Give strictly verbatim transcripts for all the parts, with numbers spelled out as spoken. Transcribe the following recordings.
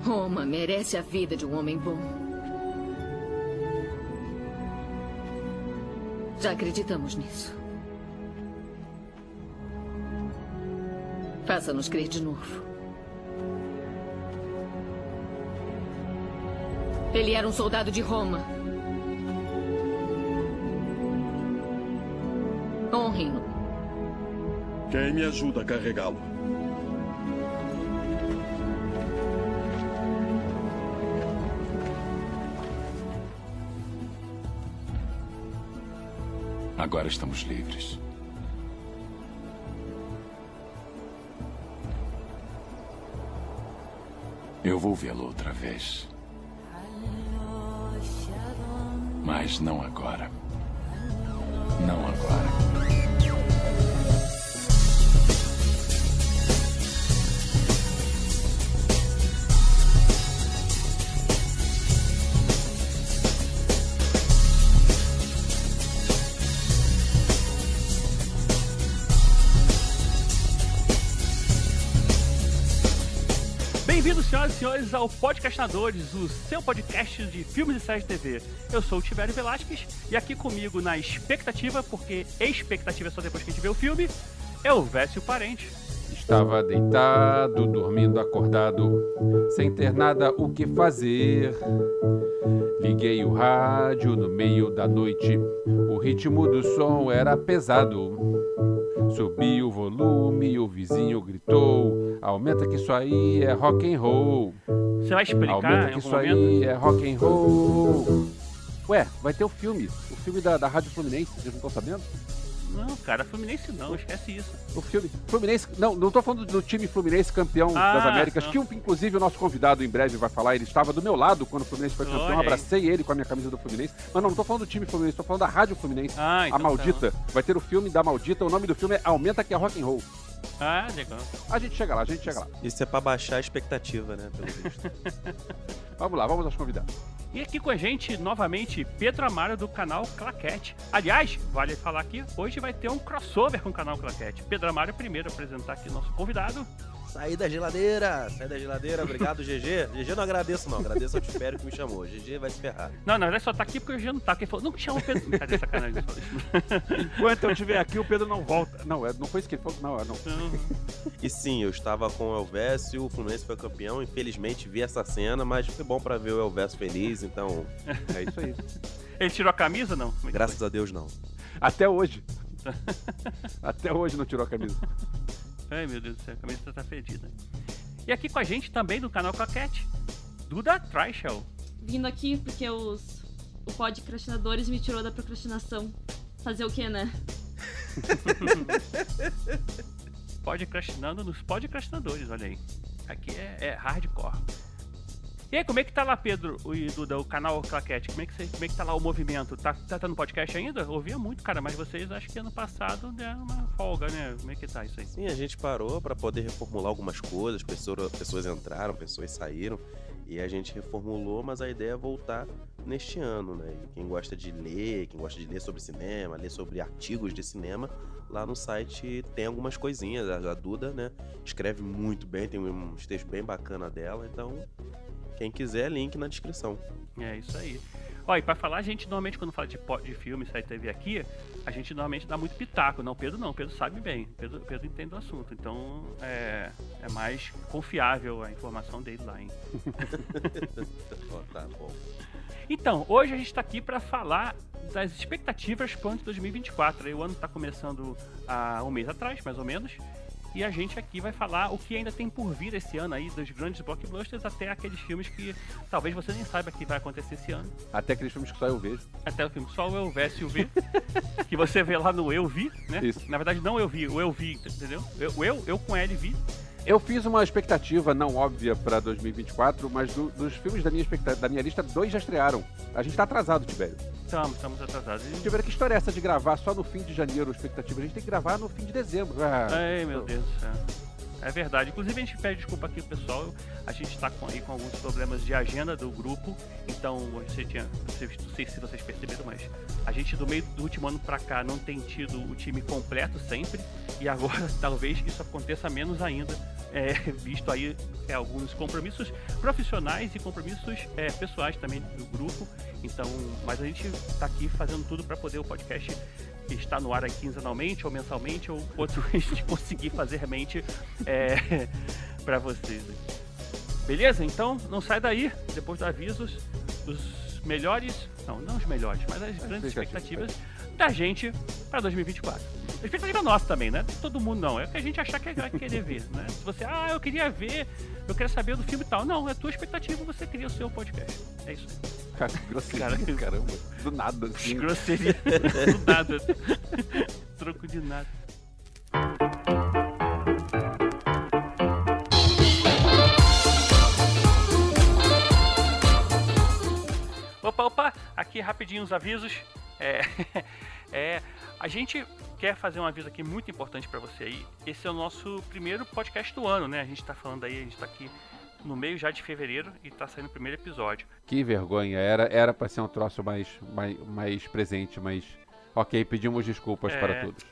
Roma merece a vida de um homem bom. Já acreditamos nisso. Faça-nos crer de novo. Ele era um soldado de Roma. Honrem-no. Quem me ajuda a carregá-lo? Agora estamos livres. Eu vou vê-lo outra vez. Mas não agora. Não agora. Bem-vindos, senhoras e senhores, ao Podcastinadores, o seu podcast de filmes e séries de T V. Eu sou o Tibério Velasquez e aqui comigo na expectativa, porque expectativa é só depois que a gente vê o filme, é o Vécio Parente. Estava deitado, dormindo acordado, sem ter nada o que fazer. Liguei o rádio no meio da noite, o ritmo do som era pesado. Subi o volume, o vizinho gritou: aumenta que isso aí é rock and roll. Você vai explicar Aumenta em que isso algum aí momento? é rock and roll. Ué, vai ter o filme, o filme da, da Rádio Fluminense, vocês não estão sabendo? Não, cara, Fluminense não, esquece isso. O filme Fluminense, não, não tô falando do time Fluminense campeão Ah, das Américas, não. que inclusive o nosso convidado em breve vai falar, ele estava do meu lado quando o Fluminense foi campeão, Olha aí. abracei ele com a minha camisa do Fluminense, mas não, não tô falando do time Fluminense, tô falando da Rádio Fluminense, Ah, então a Maldita, vai ter o filme da Maldita, o nome do filme é Aumenta que é rock and roll. Ah, legal. A gente chega lá, a gente chega lá. Isso é pra baixar a expectativa, né? Pelo visto. Vamos lá, vamos aos convidados. E aqui com a gente, novamente, Pedro Amaro, do canal Claquete. Aliás, vale falar aqui, hoje vai ter um crossover com o canal Claquete. Pedro Amaro é o primeiro a apresentar aqui nosso convidado. Saí da geladeira, saí da geladeira, obrigado, G G. G G não agradeço não, agradeço ao Tibério que me chamou. G G vai se ferrar. Não, na verdade só tá aqui porque o G não tá. Quem falou, não chama o Pedro. Cadê sacanagem? Enquanto eu estiver aqui, o Pedro não volta. Não, é, não foi isso que ele falou, não, é, não. E sim, eu estava com o Elvésio, o Fluminense foi campeão, infelizmente vi essa cena, mas foi bom pra ver o Elvésio feliz, então É isso aí. Ele tirou a camisa, não? Como é que graças a Deus não. Até hoje. Até hoje não tirou a camisa. foi? Ai, meu Deus do céu, a camisa tá fedida. E aqui com a gente também do canal Claquete, Duda Treichel. Vindo aqui porque os o Podcastinadores me tirou da procrastinação. Fazer o quê, né? Podcastinando nos Podcastinadores, olha aí. Aqui é, é hardcore. E aí, como é que tá lá, Pedro e Duda, o canal Claquete? Como é que, você, como é que tá lá o movimento? Tá, tá, tá no podcast ainda? Eu ouvia muito, cara, mas vocês acho que ano passado deram uma folga, né? Como é que tá isso aí? Sim, a gente parou pra poder reformular algumas coisas, pessoas, pessoas entraram, pessoas saíram, e a gente reformulou, mas a ideia é voltar neste ano, né? E quem gosta de ler, quem gosta de ler sobre cinema, ler sobre artigos de cinema, lá no site tem algumas coisinhas. A Duda, né, escreve muito bem, tem um texto bem bacana dela, então quem quiser, link na descrição. É isso aí. Ó, e pra falar, a gente normalmente quando fala de, po- de filme, série T V aqui, a gente normalmente dá muito pitaco. Não, Pedro não, Pedro sabe bem, Pedro, Pedro entende o assunto, então é, é mais confiável a informação dele lá, hein? Ó, tá bom. Então, hoje a gente tá aqui pra falar das expectativas para o ano de dois mil e vinte e quatro. Aí o ano tá começando há um mês atrás, mais ou menos. E a gente aqui vai falar o que ainda tem por vir esse ano aí, dos grandes blockbusters até aqueles filmes que talvez você nem saiba que vai acontecer esse ano. Até aqueles filmes que só eu vejo. Até o filme só o Eu Vécio vê, que você vê lá no Eu Vi, né? Isso. Na verdade não Eu Vi, o Eu Vi, entendeu? Eu, eu, eu com L vi. Eu fiz uma expectativa não óbvia pra dois mil e vinte e quatro, mas do- dos filmes da minha, expecta- da minha lista, dois já estrearam. A gente tá atrasado, Tibério. Estamos, estamos atrasados. E- Tibério, que história é essa de gravar só no fim de janeiro a expectativa? A gente tem que gravar no fim de dezembro. Ah, Ai, meu Deus do céu. É verdade. Inclusive, a gente pede desculpa aqui, pessoal. A gente está com, aí com alguns problemas de agenda do grupo. Então, você tinha, não sei se vocês perceberam, mas a gente do meio do último ano pra cá não tem tido o time completo sempre. E agora, talvez, isso aconteça menos ainda é, visto aí é, alguns compromissos profissionais e compromissos é, pessoais também do grupo. Então, mas a gente está aqui fazendo tudo para poder o podcast estar no ar aí quinzenalmente ou mensalmente ou outro a gente conseguir fazer realmente é, para vocês. Beleza? Então, não sai daí, depois dos avisos, os melhores, não, não os melhores, mas as grandes expectativas da gente para dois mil e vinte e quatro. A expectativa nossa também, né? Todo mundo não. É o que a gente achar que vai querer ver, né? Se você, ah, eu queria ver, eu quero saber do filme e tal. Não, é tua expectativa, você cria o seu podcast. É isso aí. Cara, grosseria, caramba. Do nada, assim. Grosseria, do nada. Troco de nada. Opa, opa, aqui rapidinho os avisos. É, é, a gente quer fazer um aviso aqui muito importante para você aí. Esse é o nosso primeiro podcast do ano, né? A gente tá falando aí, a gente tá aqui no meio já de fevereiro e tá saindo o primeiro episódio. Que vergonha, era era para ser um troço mais, mais, mais presente, mas ok, pedimos desculpas é... para todos.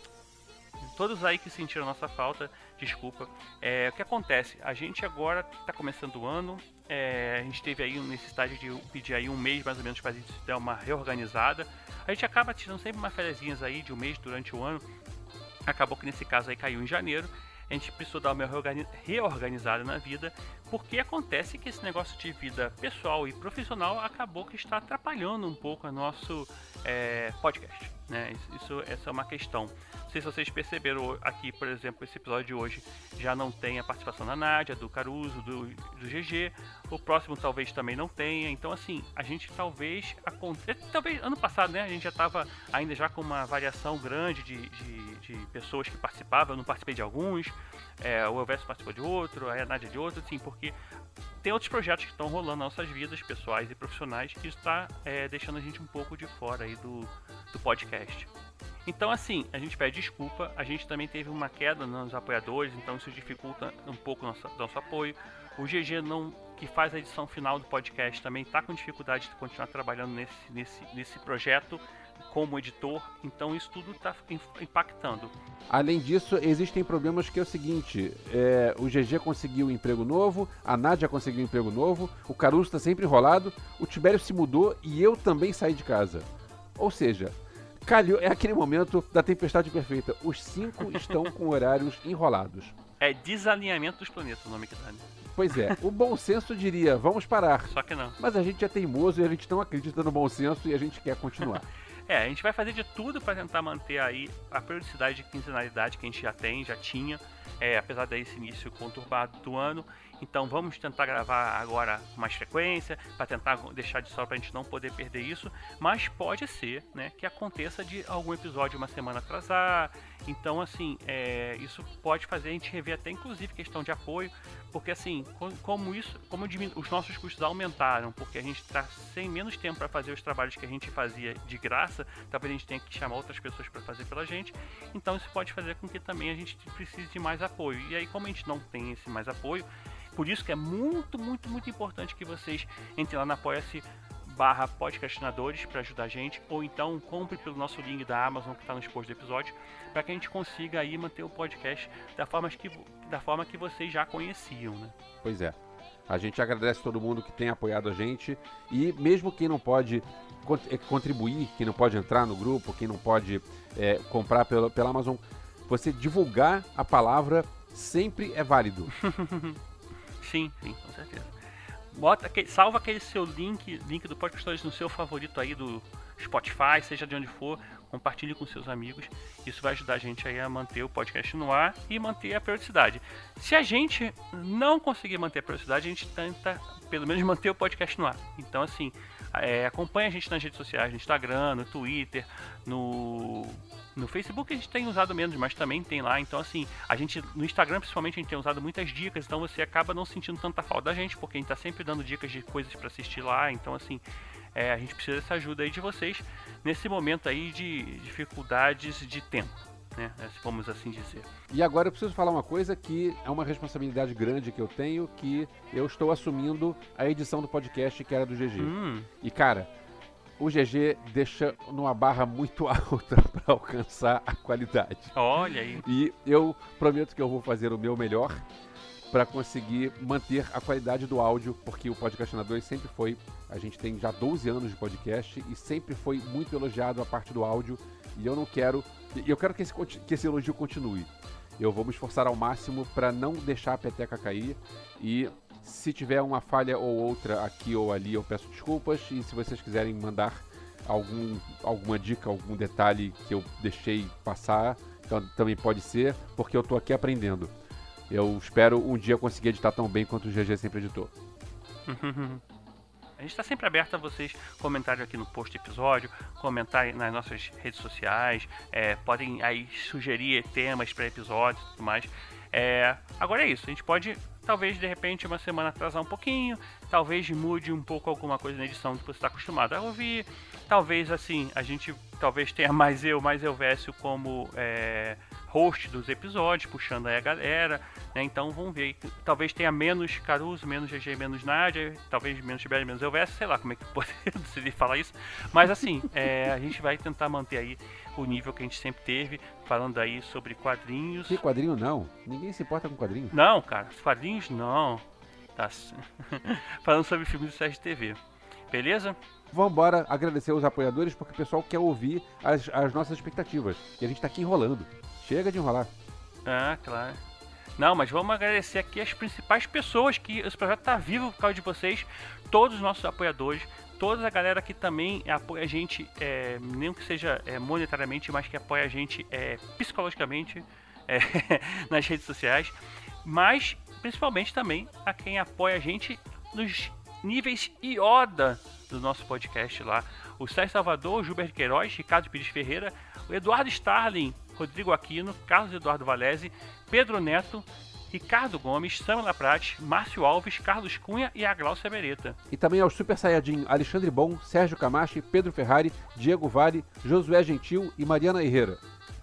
Todos aí que sentiram a nossa falta, desculpa. É, o que acontece? A gente agora está começando o ano, é, a gente teve aí necessidade de pedir aí um mês mais ou menos para a gente dar uma reorganizada. A gente acaba tirando sempre umas fériasinhas aí de um mês durante o ano. Acabou que nesse caso aí caiu em janeiro. A gente precisou dar uma reorganizada na vida, porque acontece que esse negócio de vida pessoal e profissional acabou que está atrapalhando um pouco o nosso é, podcast, né? Isso, essa é uma questão. Não sei se vocês perceberam aqui, por exemplo, esse episódio de hoje já não tem a participação da Nádia, do Caruso, do, do G G. O próximo talvez também não tenha. Então, assim, a gente talvez... Talvez ano passado, né? A gente já estava ainda já com uma variação grande de, de, de pessoas que participavam. Eu não participei de alguns. É, o Elvésio participou de outro, a Nádia de outro, assim, porque tem outros projetos que estão rolando nas nossas vidas pessoais e profissionais que está é, deixando a gente um pouco de fora aí do, do podcast. Então, assim, a gente pede desculpa, a gente também teve uma queda nos apoiadores, então isso dificulta um pouco o nosso, nosso apoio. O G G, não, que faz a edição final do podcast, também está com dificuldade de continuar trabalhando nesse, nesse, nesse projeto como editor, então isso tudo está impactando. Além disso, existem problemas que é o seguinte, é, o G G conseguiu um emprego novo, a Nádia conseguiu um emprego novo, o Caruso está sempre enrolado, o Tibério se mudou e eu também saí de casa. Ou seja... Calhou, é aquele momento da tempestade perfeita. Os cinco estão com horários enrolados. É desalinhamento dos planetas o nome que dá, né? Pois é, o bom senso diria, vamos parar. Só que não. Mas a gente é teimoso e a gente não acredita no bom senso e a gente quer continuar. É, a gente vai fazer de tudo para tentar manter aí a periodicidade de quinzenalidade que a gente já tem, já tinha, é, apesar desse início conturbado do ano. Então vamos tentar gravar agora com mais frequência, para tentar deixar de só para a gente não poder perder isso. Mas pode ser, né, que aconteça de algum episódio uma semana atrasar. Então, assim, é, isso pode fazer a gente rever até inclusive questão de apoio, porque assim, como isso, como os nossos custos aumentaram, porque a gente está sem menos tempo para fazer os trabalhos que a gente fazia de graça, talvez a gente tenha que chamar outras pessoas para fazer pela gente. Então isso pode fazer com que também a gente precise de mais apoio. E aí, como a gente não tem esse mais apoio, por isso que é muito, muito, muito importante que vocês entrem lá na apoia-se barra podcastinadores para ajudar a gente, ou então compre pelo nosso link da Amazon que está no exposto do episódio, para que a gente consiga aí manter o podcast da forma que, da forma que vocês já conheciam, né? Pois é. A gente agradece todo mundo que tem apoiado a gente, e mesmo quem não pode contribuir, quem não pode entrar no grupo, quem não pode é, comprar pela, pela Amazon, você divulgar a palavra sempre é válido. Sim, sim, com certeza. Bota aquele, salva aquele seu link, link do podcast no seu favorito aí do Spotify, seja de onde for, compartilhe com seus amigos. Isso vai ajudar a gente aí a manter o podcast no ar e manter a periodicidade. Se a gente não conseguir manter a periodicidade, a gente tenta pelo menos manter o podcast no ar. Então, assim, é, acompanha a gente nas redes sociais, no Instagram, no Twitter, no... No Facebook a gente tem usado menos, mas também tem lá. Então, assim, a gente, no Instagram principalmente, a gente tem usado muitas dicas. Então você acaba não sentindo tanta falta da gente, porque a gente tá sempre dando dicas de coisas para assistir lá. Então, assim, é, a gente precisa dessa ajuda aí de vocês nesse momento aí de dificuldades de tempo, né? Vamos assim dizer. E agora eu preciso falar uma coisa que é uma responsabilidade grande que eu tenho, que eu estou assumindo a edição do podcast que era do G G. Hum. E, cara... o G G deixa numa barra muito alta para alcançar a qualidade. Olha aí. E eu prometo que eu vou fazer o meu melhor para conseguir manter a qualidade do áudio, porque o Podcastinadores sempre foi, a gente tem já doze anos de podcast e sempre foi muito elogiado a parte do áudio, e eu não quero, e eu quero que esse, que esse elogio continue. Eu vou me esforçar ao máximo para não deixar a peteca cair, e se tiver uma falha ou outra aqui ou ali, eu peço desculpas, e se vocês quiserem mandar algum, alguma dica, algum detalhe que eu deixei passar, então, também pode ser, porque eu tô aqui aprendendo. Eu espero um dia conseguir editar tão bem quanto o G G sempre editou. A gente está sempre aberto a vocês comentarem aqui no post do episódio, comentar nas nossas redes sociais, é, podem aí sugerir temas para episódios e tudo mais. É, agora é isso, a gente pode, talvez de repente uma semana atrasar um pouquinho, talvez mude um pouco alguma coisa na edição que você está acostumado a ouvir, talvez assim, a gente talvez tenha mais eu, mais eu Vécio como é, host dos episódios, puxando aí a galera, né? Então vamos ver, talvez tenha menos Caruso, menos G G, menos Nádia, talvez menos Tibério, menos eu Vécio, sei lá como é que pode decidir falar isso, mas assim, é, a gente vai tentar manter aí o nível que a gente sempre teve, falando aí sobre quadrinhos. Que quadrinho não? Ninguém se importa com quadrinho. Não, cara, quadrinhos não. Tá. Falando sobre filmes do Sérgio T V. Beleza? Vamos embora agradecer os apoiadores, porque o pessoal quer ouvir as, as nossas expectativas. E a gente tá aqui enrolando. Chega de enrolar. Ah, claro. Não, mas vamos agradecer aqui as principais pessoas que esse projeto tá vivo por causa de vocês. Todos os nossos apoiadores. Toda a galera que também apoia a gente, é, nem que seja é, monetariamente, mas que apoia a gente é, psicologicamente é, nas redes sociais. Mas, principalmente também, a quem apoia a gente nos níveis Ioda do nosso podcast lá. O Sérgio Salvador, o Gilberto Queiroz, Ricardo Pires Ferreira, o Eduardo Starling, Rodrigo Aquino, Carlos Eduardo Valese, Pedro Neto, Ricardo Gomes, Samuel Laprate, Márcio Alves, Carlos Cunha e a Glaucia Beretta. E também aos Super Saiyajin Alexandre Bom, Sérgio Camachi, Pedro Ferrari, Diego Vale, Josué Gentil e Mariana Herrera.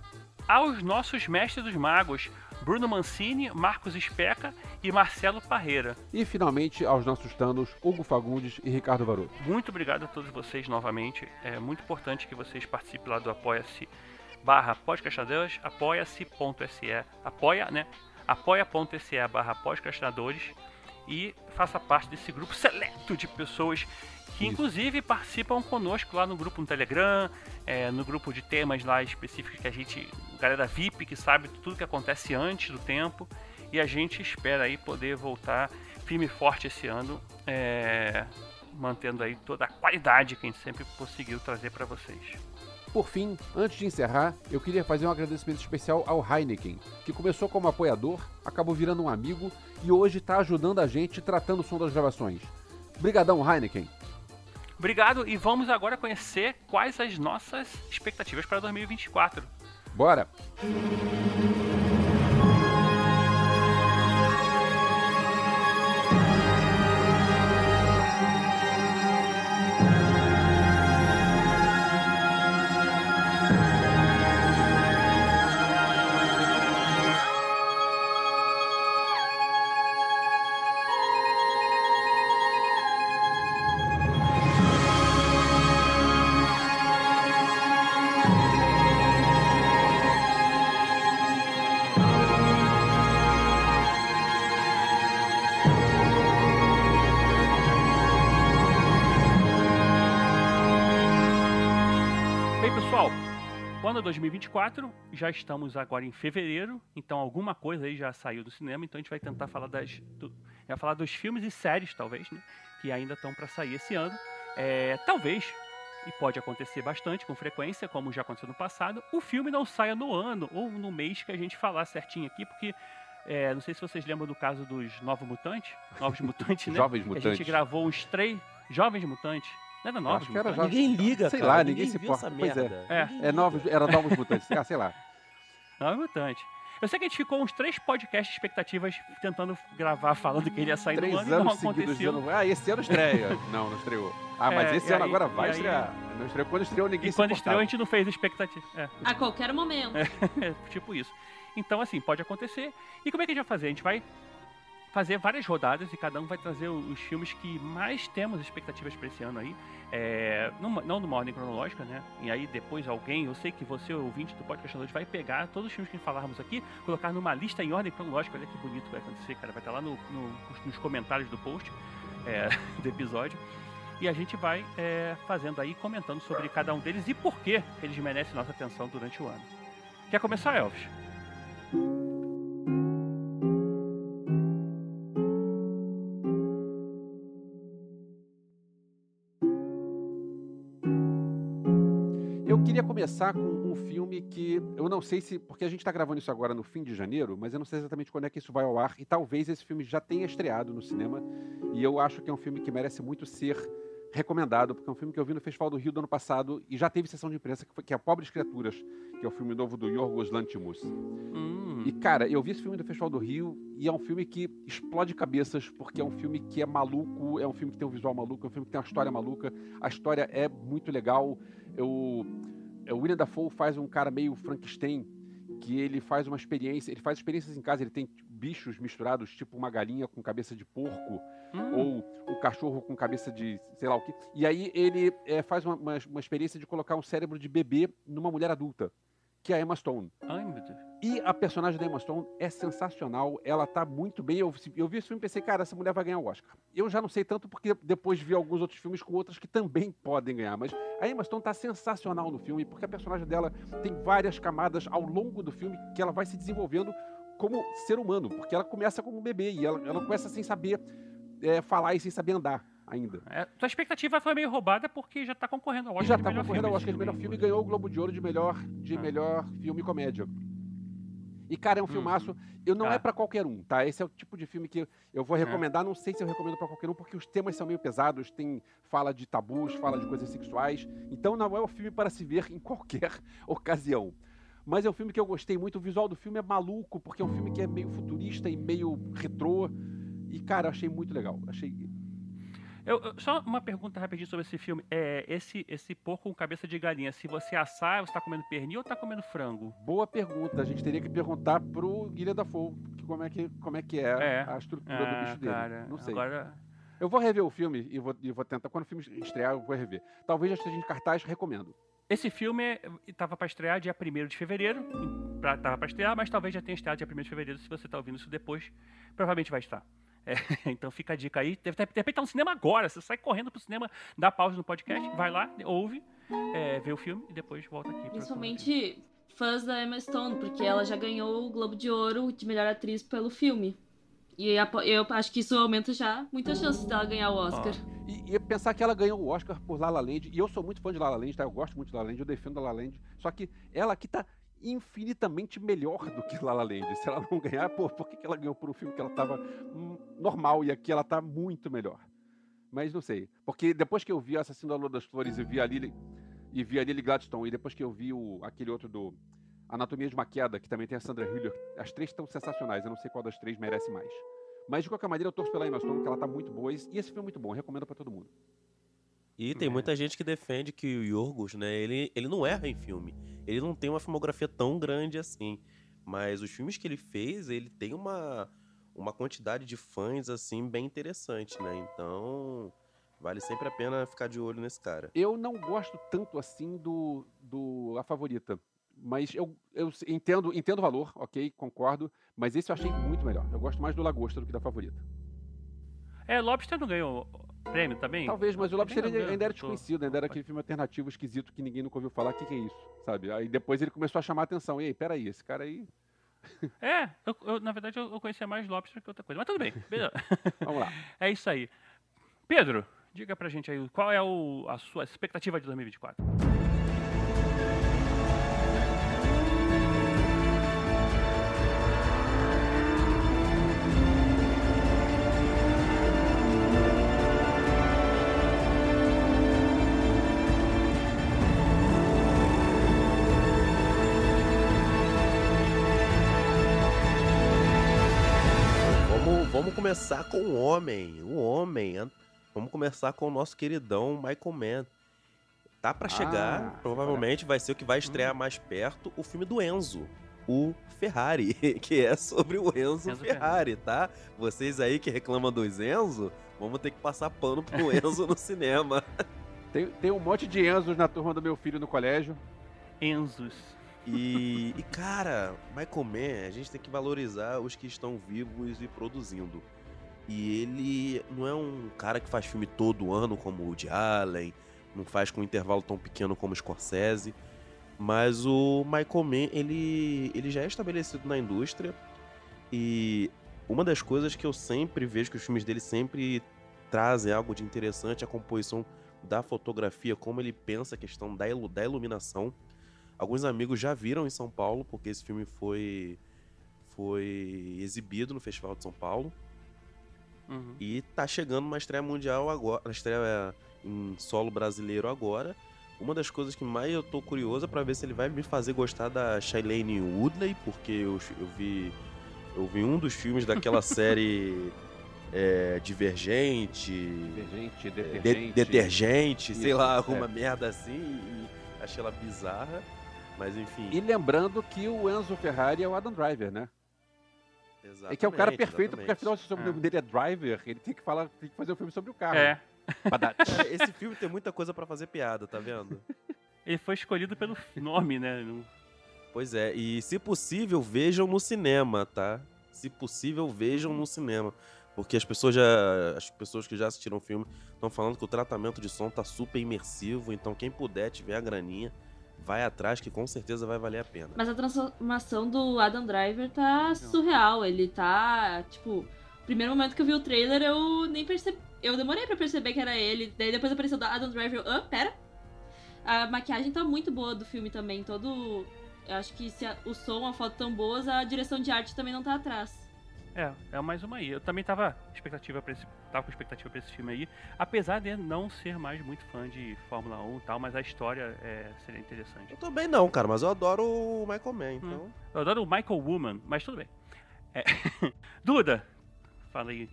Aos nossos mestres dos magos, Bruno Mancini, Marcos Especa e Marcelo Parreira. E finalmente aos nossos tanos, Hugo Fagundes e Ricardo Varoto. Muito obrigado a todos vocês novamente. É muito importante que vocês participem lá do Apoia-se barra Podcastinadores, apoia-se.se, apoia, né? apoia.se barra podcastinadores e faça parte desse grupo seleto de pessoas que Isso. inclusive participam conosco lá no grupo no Telegram, é, no grupo de temas lá específicos que a gente, galera V I P que sabe tudo que acontece antes do tempo, e a gente espera aí poder voltar firme e forte esse ano, é, mantendo aí toda a qualidade que a gente sempre conseguiu trazer para vocês. Por fim, antes de encerrar, eu queria fazer um agradecimento especial ao Heineken, que começou como apoiador, acabou virando um amigo e hoje está ajudando a gente tratando o som das gravações. Brigadão, Heineken! Obrigado, e vamos agora conhecer quais as nossas expectativas para dois mil e vinte e quatro. Bora! dois mil e vinte e quatro, já estamos agora em fevereiro, então alguma coisa aí já saiu do cinema, então a gente vai tentar falar das, do, vai falar dos filmes e séries, talvez, né, que ainda estão para sair esse ano. É, talvez, e pode acontecer bastante, com frequência, como já aconteceu no passado, o filme não saia no ano ou no mês que a gente falar certinho aqui, porque é, não sei se vocês lembram do caso dos Novos Mutantes, Novos Mutantes, né? Jovens Mutantes. A gente gravou uns três Jovens Mutantes. Não era Novos Acho que era Mutantes? Ninguém liga, sei cara. lá, ninguém se viu importa. essa Pois é. merda. É. Ninguém É liga. novos, era Novos Mutantes, ah, sei lá. Novos Mutantes. Eu sei que a gente ficou uns três podcasts expectativas tentando gravar falando que ele ia sair Três no ano e não anos seguidos aconteceu. dizendo, ah, esse ano estreia. Não, não estreou. Ah, mas É, esse e ano aí- agora vai e aí- estrear. Não estreou. Quando estreou, ninguém E se quando estreou a importava. gente não fez expectativa. É, A qualquer momento. é tipo isso. Então assim, pode acontecer. E como é que a gente vai fazer? A gente vai fazer várias rodadas e cada um vai trazer os filmes que mais temos expectativas para esse ano aí. É, não, não numa ordem cronológica, né? E aí depois alguém, eu sei que você, ouvinte do Podcast Questionadores, vai pegar todos os filmes que falarmos aqui, colocar numa lista em ordem cronológica. Olha que bonito que vai acontecer, cara. Vai estar lá no, no, nos comentários do post é, do episódio. E a gente vai é, fazendo aí, comentando sobre cada um deles e por que eles merecem nossa atenção durante o ano. Quer começar, Elvis? Eu queria começar com um filme que eu não sei se... Porque a gente está gravando isso agora no fim de janeiro, mas eu não sei exatamente quando é que isso vai ao ar. E talvez esse filme já tenha estreado no cinema. E eu acho que é um filme que merece muito ser recomendado, porque é um filme que eu vi no Festival do Rio do ano passado e já teve sessão de imprensa, que, foi, que é Pobres Criaturas, que é o filme novo do Yorgos Lanthimos. Hum. E, cara, eu vi esse filme do Festival do Rio e é um filme que explode cabeças, porque é um filme que é maluco, é um filme que tem um visual maluco, é um filme que tem uma história maluca. A história é muito legal. Eu... O William Dafoe faz um cara meio Frankenstein, que ele faz uma experiência, ele faz experiências em casa, ele tem bichos misturados, tipo uma galinha com cabeça de porco, hum. ou um cachorro com cabeça de sei lá o que. E aí ele é, faz uma, uma, uma experiência de colocar um cérebro de bebê numa mulher adulta, que é a Emma Stone. Ai, meu Deus. E a personagem da Emma Stone é sensacional, ela tá muito bem. Eu, eu vi esse filme e pensei, cara, essa mulher vai ganhar o Oscar. Eu já não sei tanto porque depois vi alguns outros filmes com outras que também podem ganhar, mas a Emma Stone tá sensacional no filme, porque a personagem dela tem várias camadas ao longo do filme que ela vai se desenvolvendo como ser humano, porque ela começa como um bebê e ela, ela começa sem saber é, falar e sem saber andar ainda. É, tua expectativa foi meio roubada porque já tá concorrendo ao Oscar já de tá melhor concorrendo filme. ao Oscar de melhor filme e ganhou o Globo de Ouro de melhor, de ah. melhor filme comédia. E, cara, é um filmaço. Eu não Ah. é pra qualquer um, tá? Esse é o tipo de filme que eu vou recomendar. Não sei se eu recomendo pra qualquer um, porque os temas são meio pesados. Tem fala de tabus, fala de coisas sexuais. Então não é um filme para se ver em qualquer ocasião. Mas é um filme que eu gostei muito. O visual do filme é maluco, porque é um filme que é meio futurista e meio retrô. E, cara, eu achei muito legal. Achei... Eu, eu, só uma pergunta rapidinho sobre esse filme. É, esse, esse porco com cabeça de galinha, se você assar, você tá comendo pernil ou tá comendo frango? Boa pergunta. A gente teria que perguntar pro Guilherme Dafoe como é que, como é, que é, é a estrutura ah, do bicho dele. Cara, não sei. Agora... Eu vou rever o filme e vou, e vou tentar. Quando o filme estrear, eu vou rever. Talvez já esteja em cartaz, recomendo. Esse filme estava para estrear dia primeiro de fevereiro. Pra, tava para estrear, mas talvez já tenha estreado dia primeiro de fevereiro. Se você tá ouvindo isso depois, provavelmente vai estar. É, então fica a dica aí. De repente tá no cinema agora. Você sai correndo pro cinema, dá pausa no podcast, vai lá, ouve, é, vê o filme e depois volta aqui. Principalmente fãs da Emma Stone, porque ela já ganhou o Globo de Ouro de melhor atriz pelo filme. E eu acho que isso aumenta já muitas chances dela ganhar o Oscar. Ah. E, e pensar que ela ganhou o Oscar por La La Land. E eu sou muito fã de La La Land, tá? Eu gosto muito de La La Land, eu defendo La La Land. Só que ela aqui tá infinitamente melhor do que La La Land. Se ela não ganhar, pô, por que ela ganhou por um filme que ela tava hum, normal e aqui ela tá muito melhor? Mas não sei. Porque depois que eu vi Assassino da Lua das Flores e vi a Lily, e vi a Lily Gladstone, e depois que eu vi o, aquele outro do Anatomia de uma Queda, que também tem a Sandra Hüller, as três estão sensacionais. Eu não sei qual das três merece mais. Mas de qualquer maneira eu torço pela Emma Stone, que ela tá muito boa. E esse filme é muito bom, eu recomendo pra todo mundo. E tem muita gente que defende que o Yorgos, né, ele, ele não erra em filme. Ele não tem uma filmografia tão grande assim. Mas os filmes que ele fez, ele tem uma, uma quantidade de fãs, assim, bem interessante, né? Então, vale sempre a pena ficar de olho nesse cara. Eu não gosto tanto assim do, do A Favorita. Mas eu, eu entendo, entendo o valor, ok, concordo. Mas esse eu achei muito melhor. Eu gosto mais do Lagosta do que da Favorita. É, Lobster não ganhou prêmio também? Talvez, mas o Lobster ainda, ainda era desconhecido, ainda era aquele filme alternativo esquisito que ninguém nunca ouviu falar. O que, que é isso, sabe? Aí depois ele começou a chamar a atenção. Ei, peraí, esse cara aí... É, eu, eu, na verdade eu, eu conhecia mais Lobster que outra coisa. Mas tudo bem, beleza. Vamos lá. É isso aí. Pedro, diga pra gente aí, qual é o, a sua expectativa de dois mil e vinte e quatro? Vamos começar com o homem, o homem. Vamos começar com o nosso queridão Michael Mann. Tá pra chegar, Ah, provavelmente vai ser o que vai estrear mais perto, o filme do Enzo. o Ferrari, que é sobre o Enzo, Enzo Ferrari, tá? Vocês aí que reclamam dos Enzo, vamos ter que passar pano pro Enzo no cinema. Tem, tem um monte de Enzos na turma do meu filho no colégio. Enzos. E, e, cara, Michael Mann, a gente tem que valorizar os que estão vivos e produzindo. E ele não é um cara que faz filme todo ano como o Woody Allen, não faz com um intervalo tão pequeno como o Scorsese, mas o Michael Mann, ele, ele já é estabelecido na indústria, e uma das coisas que eu sempre vejo que os filmes dele sempre trazem algo de interessante é a composição da fotografia, como ele pensa a questão da, ilu- da iluminação. Alguns amigos já viram em São Paulo, porque esse filme foi, foi exibido no Festival de São Paulo. Uhum. E tá chegando uma estreia mundial agora, uma estreia em solo brasileiro agora. Uma das coisas que mais eu tô curioso é pra ver se ele vai me fazer gostar da Shailene Woodley, porque eu, eu vi eu vi um dos filmes daquela série é, Divergente, Detergente, é, detergente. de, Detergente, sei Isso, lá, é. alguma merda assim, e achei ela bizarra, mas enfim. E lembrando que o Enzo Ferrari é o Adam Driver, né? Exatamente, É que é o cara perfeito, porque exatamente. afinal, se o sobrenome É. dele é Driver, ele tem que, falar, tem que fazer um filme sobre o carro. É. Pra dar- Cara, esse filme tem muita coisa pra fazer piada, tá vendo? Ele foi escolhido pelo nome, né? Não- Pois é, e se possível, vejam no cinema, tá? Se possível, vejam no cinema. Porque as pessoas já. As pessoas que já assistiram o filme estão falando que o tratamento de som tá super imersivo. Então, quem puder, tiver a graninha, vai atrás, que com certeza vai valer a pena. Mas a transformação do Adam Driver tá surreal. Ele tá, tipo, primeiro momento que eu vi o trailer, eu nem percebi. Eu demorei pra perceber que era ele. Daí depois apareceu o Adam Driver. Ah, pera. A maquiagem tá muito boa do filme também. Todo. Eu acho que se a- o som, a foto tão boas, a direção de arte também não tá atrás. É, é mais uma aí. Eu também tava expectativa para esse, tava com expectativa pra esse filme aí, apesar de não ser mais muito fã de Fórmula um e tal, mas a história é, seria interessante. Eu também não, cara, mas eu adoro o Michael Mann, então. Eu adoro o Michael Woman, mas tudo bem. É. Duda, fala aí.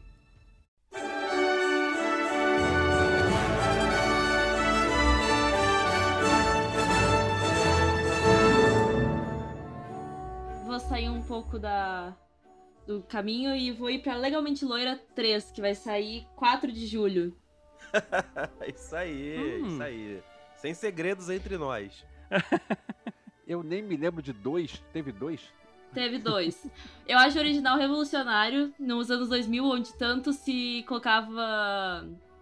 Vou sair um pouco da, do caminho e vou ir pra Legalmente Loira três, que vai sair quatro de julho. Isso aí, Hum. isso aí. Sem segredos entre nós. Eu nem me lembro de dois. Teve dois? Teve dois. Eu acho o original revolucionário, nos anos dois mil, onde tanto se colocava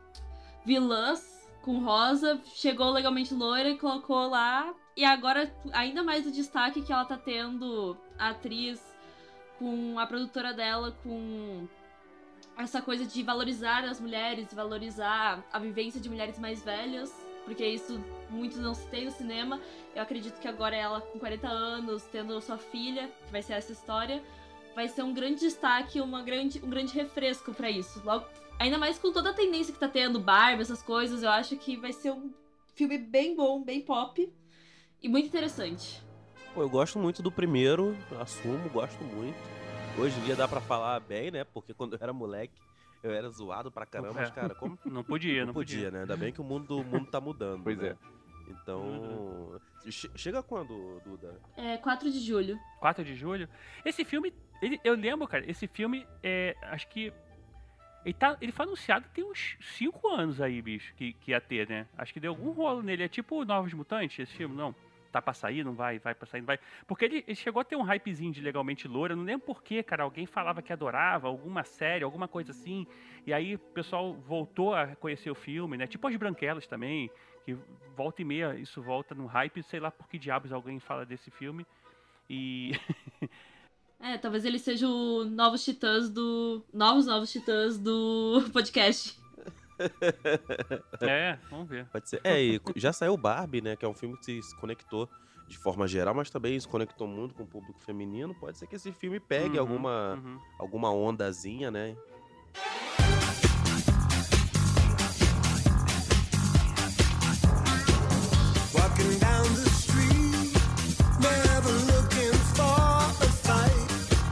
vilãs com rosa, chegou Legalmente Loira e colocou lá. E agora, ainda mais o destaque que ela tá tendo, a atriz com a produtora dela, com essa coisa de valorizar as mulheres, valorizar a vivência de mulheres mais velhas, porque isso muito não se tem no cinema. Eu acredito que agora ela, com quarenta anos, tendo sua filha, que vai ser essa história, vai ser um grande destaque, uma grande, um grande refresco pra isso. Logo, ainda mais com toda a tendência que tá tendo, Barbie, essas coisas, eu acho que vai ser um filme bem bom, bem pop e muito interessante. Pô, eu gosto muito do primeiro, assumo, gosto muito. Hoje em dia dá pra falar bem, né? Porque quando eu era moleque, eu era zoado pra caramba, mas, É. cara, como Não podia, não, não podia, né? Ainda bem que o mundo, o mundo tá mudando. Pois né? é. Então. che- Chega quando, Duda? É quatro de julho. quatro de julho. Esse filme, ele, eu lembro, cara, esse filme, é, acho que ele, tá, ele foi anunciado tem uns cinco anos aí, bicho, que, que ia ter, né? Acho que deu algum rolo nele. É tipo Novos Mutantes, esse filme, não? Tá pra sair, não vai, vai pra sair, não vai. Porque ele, ele chegou a ter um hypezinho de Legalmente Loura, eu não lembro porquê, cara. Alguém falava que adorava, alguma série, alguma coisa assim. E aí o pessoal voltou a conhecer o filme, né? Tipo As Branquelas também, que volta e meia isso volta no hype, sei lá por que diabos alguém fala desse filme. E. É, talvez ele seja o Novos Titãs do... Novos Novos Titãs do podcast. É, vamos ver. Pode ser. É, e já saiu Barbie, né? Que é um filme que se conectou de forma geral, mas também se conectou muito com o público feminino. Pode ser que esse filme pegue Uhum, alguma, uhum. alguma ondazinha, né? Walking down the street, never looking for a fight.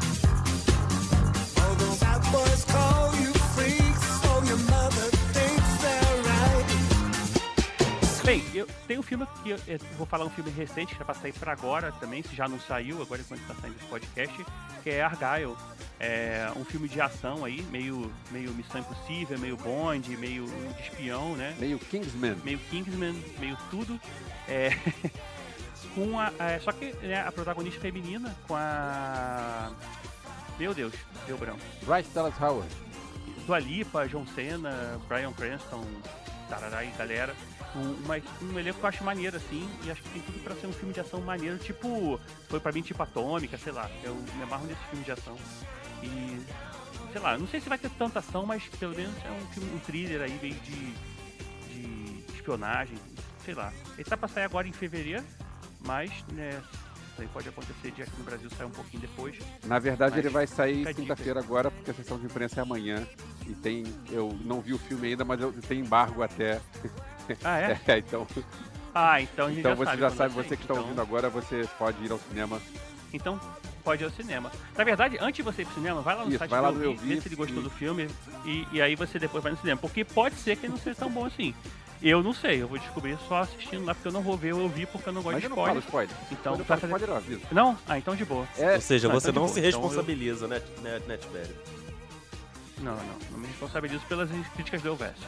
All those bad boys call you freaks, so your mother thinks they're right. Bem, eu tenho um filme que eu, eu vou falar um filme recente, que é pra sair pra agora também, se já não saiu, agora enquanto tá saindo esse podcast, que é Argyle. É um filme de ação aí, meio, meio Missão Impossível, meio Bond, meio de espião, né? Meio Kingsman. Meio Kingsman, meio tudo. É... com a, a, só que né, a protagonista feminina com a... Meu Deus, deu branco. Bryce Dallas Howard. Dua Lipa, John Cena, Bryan Cranston, tarará e galera. Um, uma, um elenco que eu acho maneiro, assim, e acho que tem tudo pra ser um filme de ação maneiro, tipo, foi pra mim tipo Atômica, sei lá, eu me amarro nesse filme de ação. E, sei lá, não sei se vai ter tanta ação, mas pelo menos é um filme, um thriller aí, meio de, de espionagem, sei lá. Ele tá pra sair agora em fevereiro, mas, né, isso aí pode acontecer de aqui no Brasil sair um pouquinho depois. Na verdade, mas ele vai sair fica a quinta-feira agora, porque a sessão de imprensa é amanhã. E tem, eu não vi o filme ainda, mas eu tenho embargo até... Ah, é? É, então... Ah, então a gente Então já você sabe já quando sabe, vai você sair. que está Então- ouvindo agora, você pode ir ao cinema. Então, pode ir ao cinema. Na verdade, antes de você ir pro cinema, vai lá no Isso, site vai do lá no Eu Eu Vi, Vi vê se ele gostou e- do filme, e, e aí você depois vai no cinema. Porque pode ser que ele não seja tão bom assim. Eu não sei, eu vou descobrir só assistindo lá, porque eu não vou ver, eu vi porque eu não gosto Mas de eu não falo spoiler. spoiler. Então, Quando eu vai falo fazer... spoiler, eu aviso. Não? Ah, então de boa. É, Ou seja, Não, você então não de se boa. Então eu- responsabiliza, né, né, Netberry? Não, não, não me responsabilizo pelas críticas do Elvésio.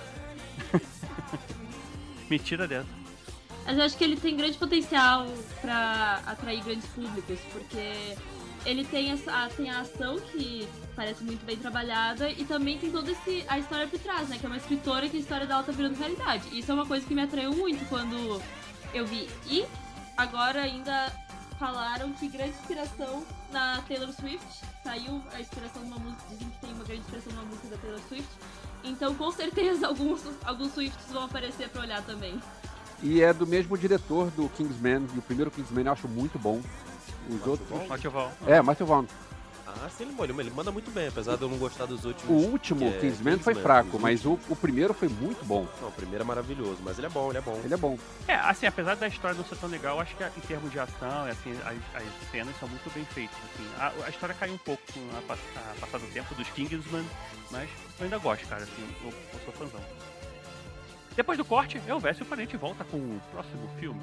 Mentira dessa. Mas eu acho que ele tem grande potencial pra atrair grandes públicos, porque ele tem, essa, tem a ação que parece muito bem trabalhada e também tem toda esse, a história por trás, né? Que é uma escritora que a história dela tá virando realidade. Isso é uma coisa que me atraiu muito quando eu vi. E agora ainda falaram que grande inspiração na Taylor Swift. Saiu a inspiração de uma música, dizem que tem uma grande inspiração numa música da Taylor Swift. Então com certeza alguns, alguns Swifts vão aparecer pra olhar também. E é do mesmo diretor do Kingsman, e o primeiro Kingsman eu acho muito bom. Os outros... Matthew Vaughn. É, Matthew Vaughn. Ah, sim, ele, ele manda muito bem, apesar de eu não gostar dos O últimos. último que é Kingsman foi Kingsman, fraco, os mas o, o primeiro foi muito bom. Não, o primeiro é maravilhoso, mas ele é bom, ele é bom. Ele é bom. É, assim, apesar da história não ser tão legal, acho que em termos de ação, assim, as, as cenas são muito bem feitas. Assim. A, a história caiu um pouco com a, pass- a passar do tempo dos Kingsman, mas eu ainda gosto, cara, assim, eu, eu sou fãzão. Depois do corte, eu verso e o parente volta com o próximo filme.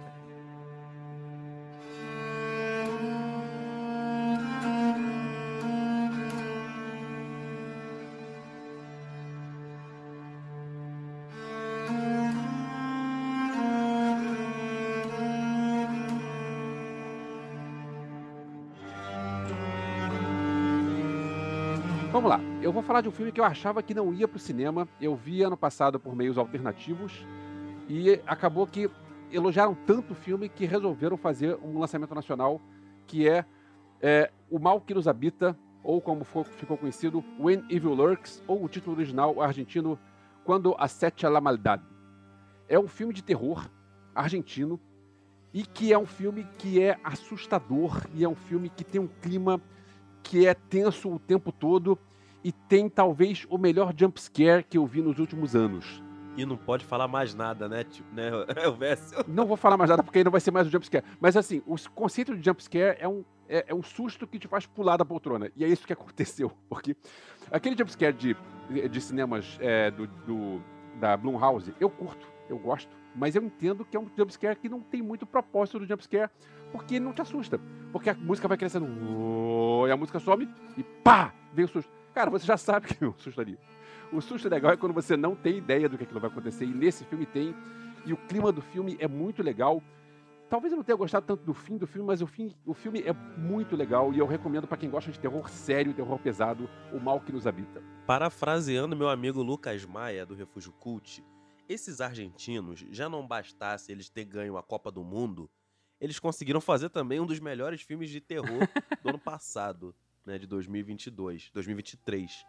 Vamos lá, eu vou falar de um filme que eu achava que não ia pro cinema. Eu vi ano passado por meios alternativos e acabou que elogiaram tanto o filme que resolveram fazer um lançamento nacional, que é, é O Mal que Nos Habita, ou como for- ficou conhecido, When Evil Lurks, ou o título original argentino, Quando Acecha la Maldad. É um filme de terror argentino e que é um filme que é assustador e é um filme que tem um clima que é tenso o tempo todo e tem talvez o melhor jumpscare que eu vi nos últimos anos. E não pode falar mais nada, né? Tipo, né? O Vécio. Não vou falar mais nada porque aí não vai ser mais um jumpscare. Mas assim, o conceito de jumpscare é um, é, é um susto que te faz pular da poltrona. E é isso que aconteceu. Porque aquele jumpscare de, de cinemas é, do, do, da Blumhouse, eu curto, eu gosto. Mas eu entendo que é um jumpscare que não tem muito propósito do jumpscare, porque ele não te assusta. Porque a música vai crescendo, e a música some, e pá, vem o susto. Cara, você já sabe que é um susto ali. O susto legal é quando você não tem ideia do que aquilo vai acontecer, e nesse filme tem, e o clima do filme é muito legal. Talvez eu não tenha gostado tanto do fim do filme, mas o, fim, o filme é muito legal, e eu recomendo pra quem gosta de terror sério, terror pesado, O Mal que Nos Habita. Parafraseando meu amigo Lucas Maia, do Refúgio Cult, esses argentinos, já não bastasse eles ter ganho a Copa do Mundo, eles conseguiram fazer também um dos melhores filmes de terror do ano passado, né, de dois mil e vinte e dois, dois mil e vinte e três.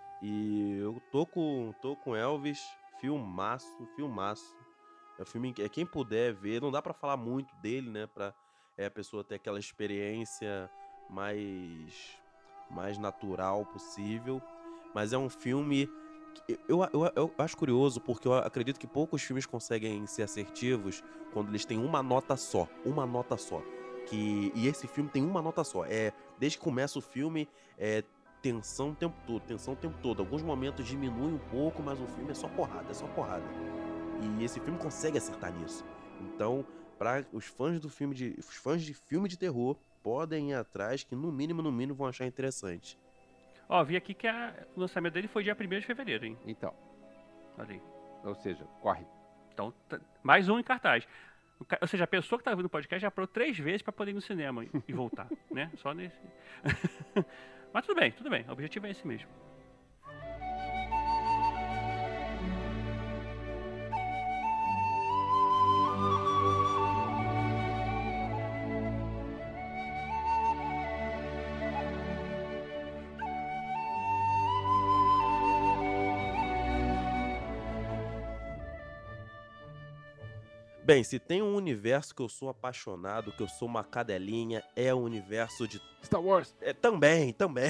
E eu tô com, tô com Elvis, filmaço, filmaço. É um filme que é quem puder ver, não dá pra falar muito dele, né, pra é, a pessoa ter aquela experiência mais, mais natural possível, mas é um filme... Eu, eu, eu acho curioso porque eu acredito que poucos filmes conseguem ser assertivos quando eles têm uma nota só, uma nota só. Que, e esse filme tem uma nota só. É, desde que começa o filme, é tensão o tempo todo, tensão o tempo todo. Alguns momentos diminuem um pouco, mas o filme é só porrada, é só porrada. E esse filme consegue acertar nisso. Então, para os fãs do filme de os fãs de filme de terror podem ir atrás, que no mínimo, no mínimo vão achar interessante. Ó, vi aqui que a- o lançamento dele foi dia primeiro de fevereiro, hein? Então, Olha aí. ou seja, corre. Então, tá- mais um em cartaz. O ca- Ou seja, a pessoa que tá ouvindo o podcast já parou três vezes pra poder ir no cinema e- e voltar, né? Só nesse. Mas tudo bem, tudo bem. O objetivo é esse mesmo. Bem, se tem um universo que eu sou apaixonado, que eu sou uma cadelinha, é o universo de... Star Wars! É, também, também.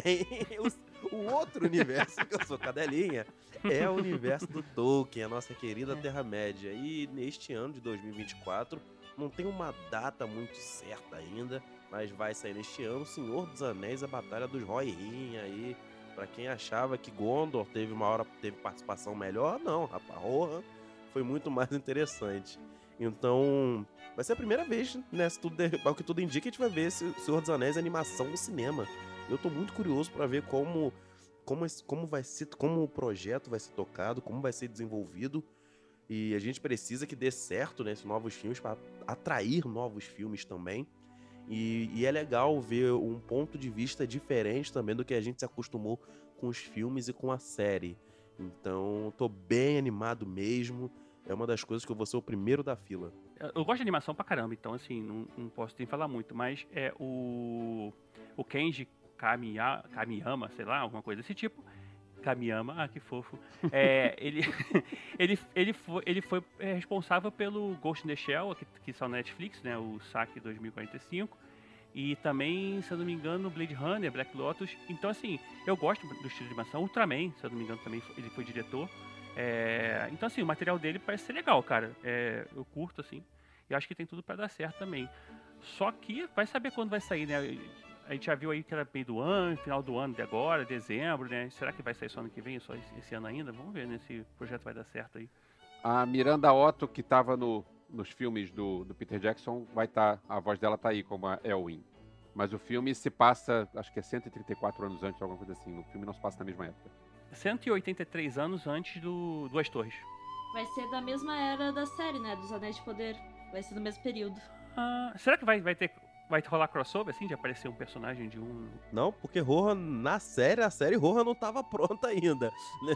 O, o outro universo que eu sou cadelinha é o universo do Tolkien, a nossa querida Terra-média. E neste ano de dois mil e vinte e quatro, não tem uma data muito certa ainda, mas vai sair neste ano Senhor dos Anéis, a Batalha dos Rohirrim aí. Pra quem achava que Gondor teve uma hora teve participação melhor, não, rapaz, Rohan foi muito mais interessante. Então, vai ser a primeira vez, né? Se tudo, der- ao que tudo indica, a gente vai ver esse Senhor dos Anéis animação no cinema. Eu tô muito curioso pra ver como, como, esse- como vai ser, como o projeto vai ser tocado, como vai ser desenvolvido. E a gente precisa que dê certo, né? Esses novos filmes, para atrair novos filmes também. E, e é legal ver um ponto de vista diferente também do que a gente se acostumou com os filmes e com a série. Então, tô bem animado mesmo. É uma das coisas que eu vou ser o primeiro da fila. Eu eu gosto de animação pra caramba, então assim, não, não posso nem falar muito, mas é o. O Kenji Kamiya, Kamiyama, sei lá, alguma coisa desse tipo. Kamiyama, ah, que fofo. É, ele, ele, ele foi, ele foi é, responsável pelo Ghost in the Shell, que, que saiu na Netflix, né? O Saque dois mil e quarenta e cinco. E também, se eu não me engano, Blade Runner, Black Lotus. Então, assim, eu gosto do estilo de animação. Ultraman, se eu não me engano, também foi- ele foi diretor. É, então, assim, o material dele parece ser legal, cara. É, eu curto, assim. E acho que tem tudo pra dar certo também. Só que vai saber quando vai sair, né? A gente já viu aí que era meio do ano, final do ano de agora, dezembro, né? Será que vai sair só ano que vem, só esse, esse ano ainda? Vamos ver, né? Se o projeto vai dar certo aí. A Miranda Otto, que estava no, nos filmes do, do Peter Jackson, vai estar. a voz dela tá aí como a Elwyn. Mas o filme se passa, acho que é cento e trinta e quatro anos antes, alguma coisa assim. No filme não se passa na mesma época. cento e oitenta e três anos antes do Duas Torres. Vai ser da mesma era da série, né? Dos Anéis de Poder. Vai ser do mesmo período. Ah, será que vai, vai ter. Vai rolar crossover, assim, de aparecer um personagem de um. Não, porque Rohan, na série, a série Rohan não tava pronta ainda.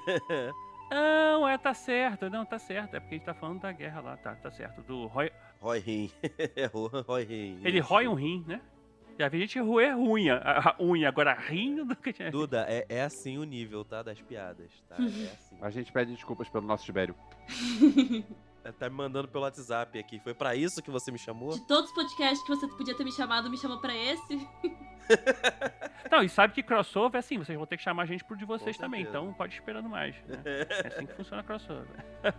Não, é, tá certo. Não, tá certo. É porque a gente tá falando da guerra lá, tá, tá certo. Do Roy. Rohirrim. É Rohan Rohirrim. Ele isso. rói um rim, né? Já vi gente roer unha. A, a unha, agora rim do que tinha. Duda, é, é assim o nível, tá? Das piadas, tá? É assim. A gente pede desculpas pelo nosso Tibério. Tá me mandando pelo WhatsApp aqui. Foi pra isso que você me chamou? De todos os podcasts que você podia ter me chamado, me chamou pra esse. Não, e sabe que crossover é assim, vocês vão ter que chamar a gente por de vocês Com também, certeza. então pode ir esperando mais. Né? É assim que funciona crossover.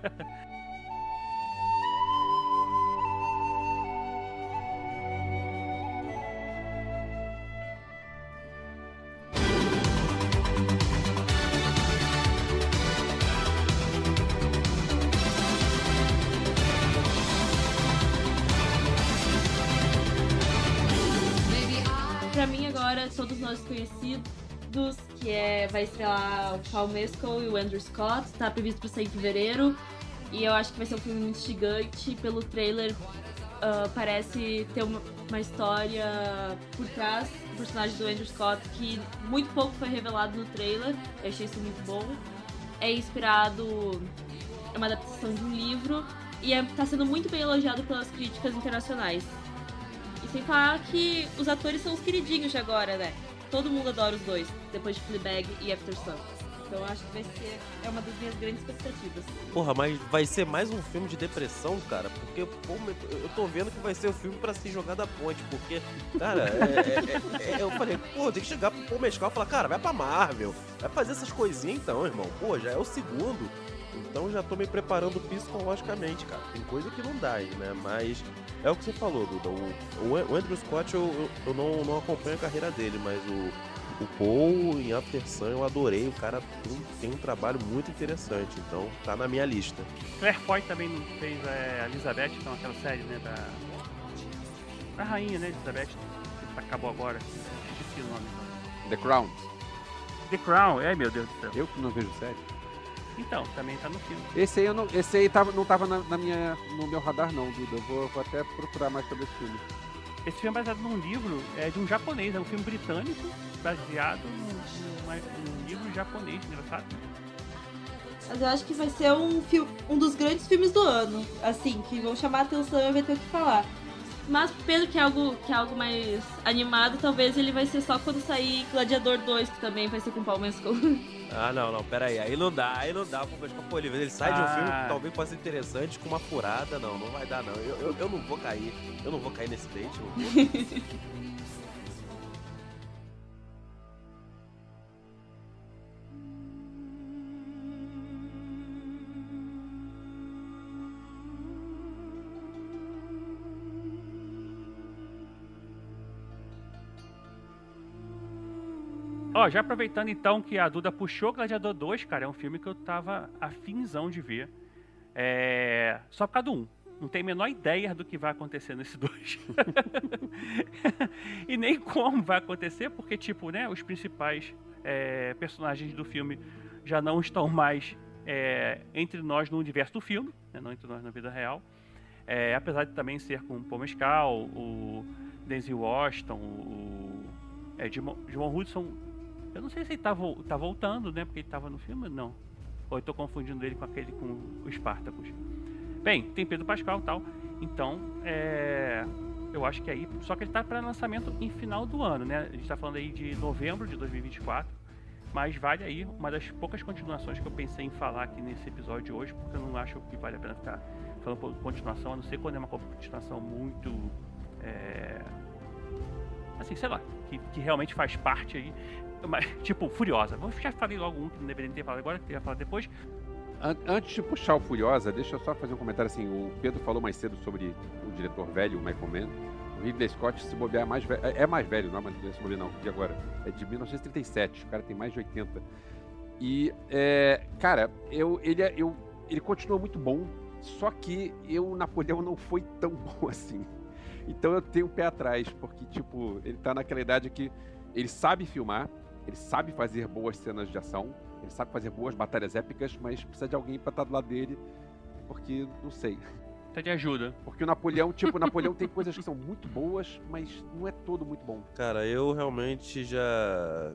Pra mim agora, todos nós conhecidos, que é, vai estrelar o Paul Mescal e o Andrew Scott, tá previsto pra sair em fevereiro. E eu acho que vai ser um filme muito gigante. Pelo trailer, ah, parece ter uma, uma história por trás do personagem do Andrew Scott que muito pouco foi revelado no trailer. Eu achei isso muito bom. É inspirado, é uma adaptação de um livro e é, tá sendo muito bem elogiado pelas críticas internacionais. E sem falar que os atores são os queridinhos de agora, né? Todo mundo adora os dois, depois de Fleabag e After Sun. Então eu acho que vai ser, é uma das minhas grandes expectativas. Porra, mas vai ser mais um filme de depressão, cara? Porque pô, eu tô vendo que vai ser o filme pra se jogar da ponte. Porque, cara, é, é, é, eu falei, pô, tem que chegar pro Paul Mescal e falar, cara, vai pra Marvel. Vai fazer essas coisinhas então, irmão. Pô, já é o segundo. Então já tô me preparando psicologicamente, cara. Tem coisa que não dá aí, né? Mas é o que você falou, Duda. O, o Andrew Scott, eu, eu não, não acompanho a carreira dele, mas o O Paul em After Sun eu adorei, o cara tem, tem um trabalho muito interessante, então tá na minha lista. Claire Foy também fez é, Elizabeth, então aquela série, né, da... da rainha, né, Elizabeth, que acabou agora, esqueci o nome. The Crown. The Crown, é, meu Deus do céu. Eu que não vejo série. Então, também tá no filme. Esse aí, eu não, esse aí tava, não tava na, na minha, no meu radar não, Duda. Eu vou, vou até procurar mais sobre esse filme. Esse filme é baseado num livro é, de um japonês, é um filme britânico, baseado num, num, num livro japonês, engraçado. Mas eu acho que vai ser um, fil- um dos grandes filmes do ano, assim, que vão chamar a atenção e vai ter o que falar. Mas Pedro, que é algo, que é algo mais animado, talvez ele vai ser só quando sair Gladiador dois, que também vai ser com Paul Mescal. Ah, não, não, pera aí, aí não dá, aí não dá pro Mescal Pô, ele sai de um Ah. filme que talvez possa ser interessante com uma furada, não, não vai dar não, eu, eu, eu não vou cair, eu não vou cair nesse bait, não vou. Ó, já aproveitando então que a Duda puxou Gladiador dois, cara, é um filme que eu tava afinzão de ver. É... Só por causa do um. Não tenho a menor ideia do que vai acontecer nesse dois. E nem como vai acontecer, porque, tipo, né, os principais é, personagens do filme já não estão mais é, entre nós no universo do filme, né, não entre nós na vida real. É, apesar de também ser com o Paul Mescal, o Denzel Washington, o é, Jimon Hudson. Eu não sei se ele tá, vo- tá voltando, né? Porque ele tava no filme, não. Ou eu tô confundindo ele com aquele com o Spartacus. Bem, tem Pedro Pascal e tal. Então, é... eu acho que aí... Só que ele tá para lançamento em final do ano, né? A gente tá falando aí de novembro de dois mil e vinte e quatro. Mas vale aí uma das poucas continuações que eu pensei em falar aqui nesse episódio de hoje, porque eu não acho que vale a pena ficar falando por continuação, a não ser quando é uma continuação muito... É... assim, sei lá, que, que realmente faz parte aí. Mas, tipo, Furiosa. Eu já falei logo um que não deveria ter falado agora, que eu ia falar depois. An- Antes de puxar o Furiosa, deixa eu só fazer um comentário assim. O Pedro falou mais cedo sobre o diretor velho, o Michael Mann. O Ridley Scott, se bobear, é mais velho. É mais velho, não é mais se bobear, não, de agora. É de mil novecentos e trinta e sete. O cara tem mais de oitenta. E, é, cara, eu, ele, é- eu, ele continua muito bom. Só que eu, Napoleão, não foi tão bom assim. Então eu tenho o pé atrás, porque, tipo, ele tá naquela idade que ele sabe filmar, ele sabe fazer boas cenas de ação, ele sabe fazer boas batalhas épicas, mas precisa de alguém pra estar do lado dele, porque, não sei. Tá de ajuda. Porque o Napoleão, tipo, o Napoleão tem coisas que são muito boas, mas não é todo muito bom. Cara, eu realmente já...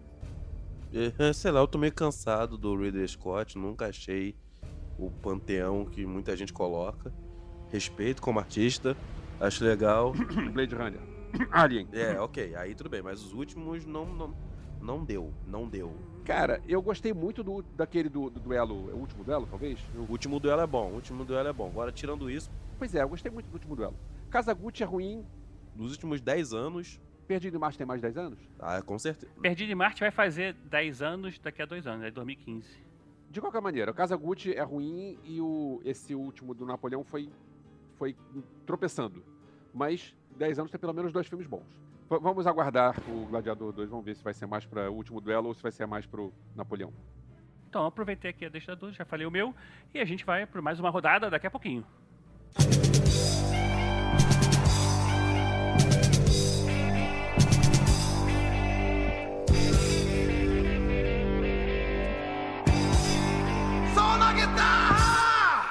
eh, sei lá, eu tô meio cansado do Ridley Scott, nunca achei o panteão que muita gente coloca. Respeito como artista, acho legal. Blade Runner. Alien. É, ok, aí tudo bem, mas os últimos não, não, não deu, não deu. Cara, eu gostei muito do, daquele do, do duelo, é o último duelo, talvez? O último duelo é bom, o último duelo é bom. Agora, tirando isso, Pois é, eu gostei muito do último duelo. Kazaguchi é ruim, nos últimos dez anos, Perdido em Marte tem mais de dez anos? ah, com certeza. Perdido em Marte vai fazer dez anos daqui a dois anos, é dois mil e quinze. De qualquer maneira, o Kazaguchi é ruim e o, esse último do Napoleão foi, foi tropeçando. Mas dez anos tem pelo menos dois filmes bons. V- vamos aguardar o Gladiador dois, vamos ver se vai ser mais para o último duelo ou se vai ser mais pro Napoleão. Então, eu aproveitei aqui a deixa da Duda, já falei o meu, e a gente vai para mais uma rodada daqui a pouquinho. Só na guitarra!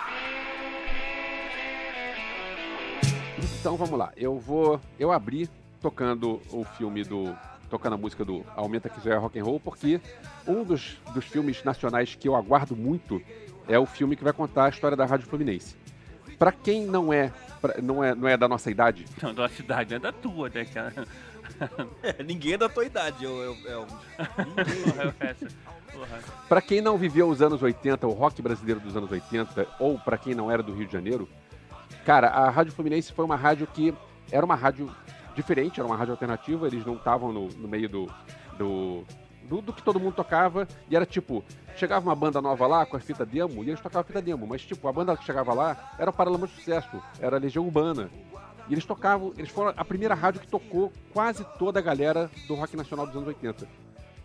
Então vamos lá, eu vou. Eu abri tocando o filme do. Tocando a música do Aumenta Que Já É Rock and Roll, porque um dos, dos filmes nacionais que eu aguardo muito é o filme que vai contar a história da Rádio Fluminense. Pra quem não é, pra- não é, não é da nossa idade, Não, da cidade, não é da tua, né, cara? É, ninguém é da tua idade, eu, eu, eu- ninguém. Porra, essa. Porra. pra quem não viveu os anos oitenta, o rock brasileiro dos anos oitenta, ou pra quem não era do Rio de Janeiro, cara, a Rádio Fluminense foi uma rádio que era uma rádio diferente, era uma rádio alternativa, eles não estavam no, no meio do, do, do, do que todo mundo tocava, e era tipo, chegava uma banda nova lá com a fita demo, e eles tocavam a fita demo, mas tipo, a banda que chegava lá era o Paralamas de Sucesso, era a Legião Urbana, e eles tocavam, eles foram a primeira rádio que tocou quase toda a galera do rock nacional dos anos oitenta.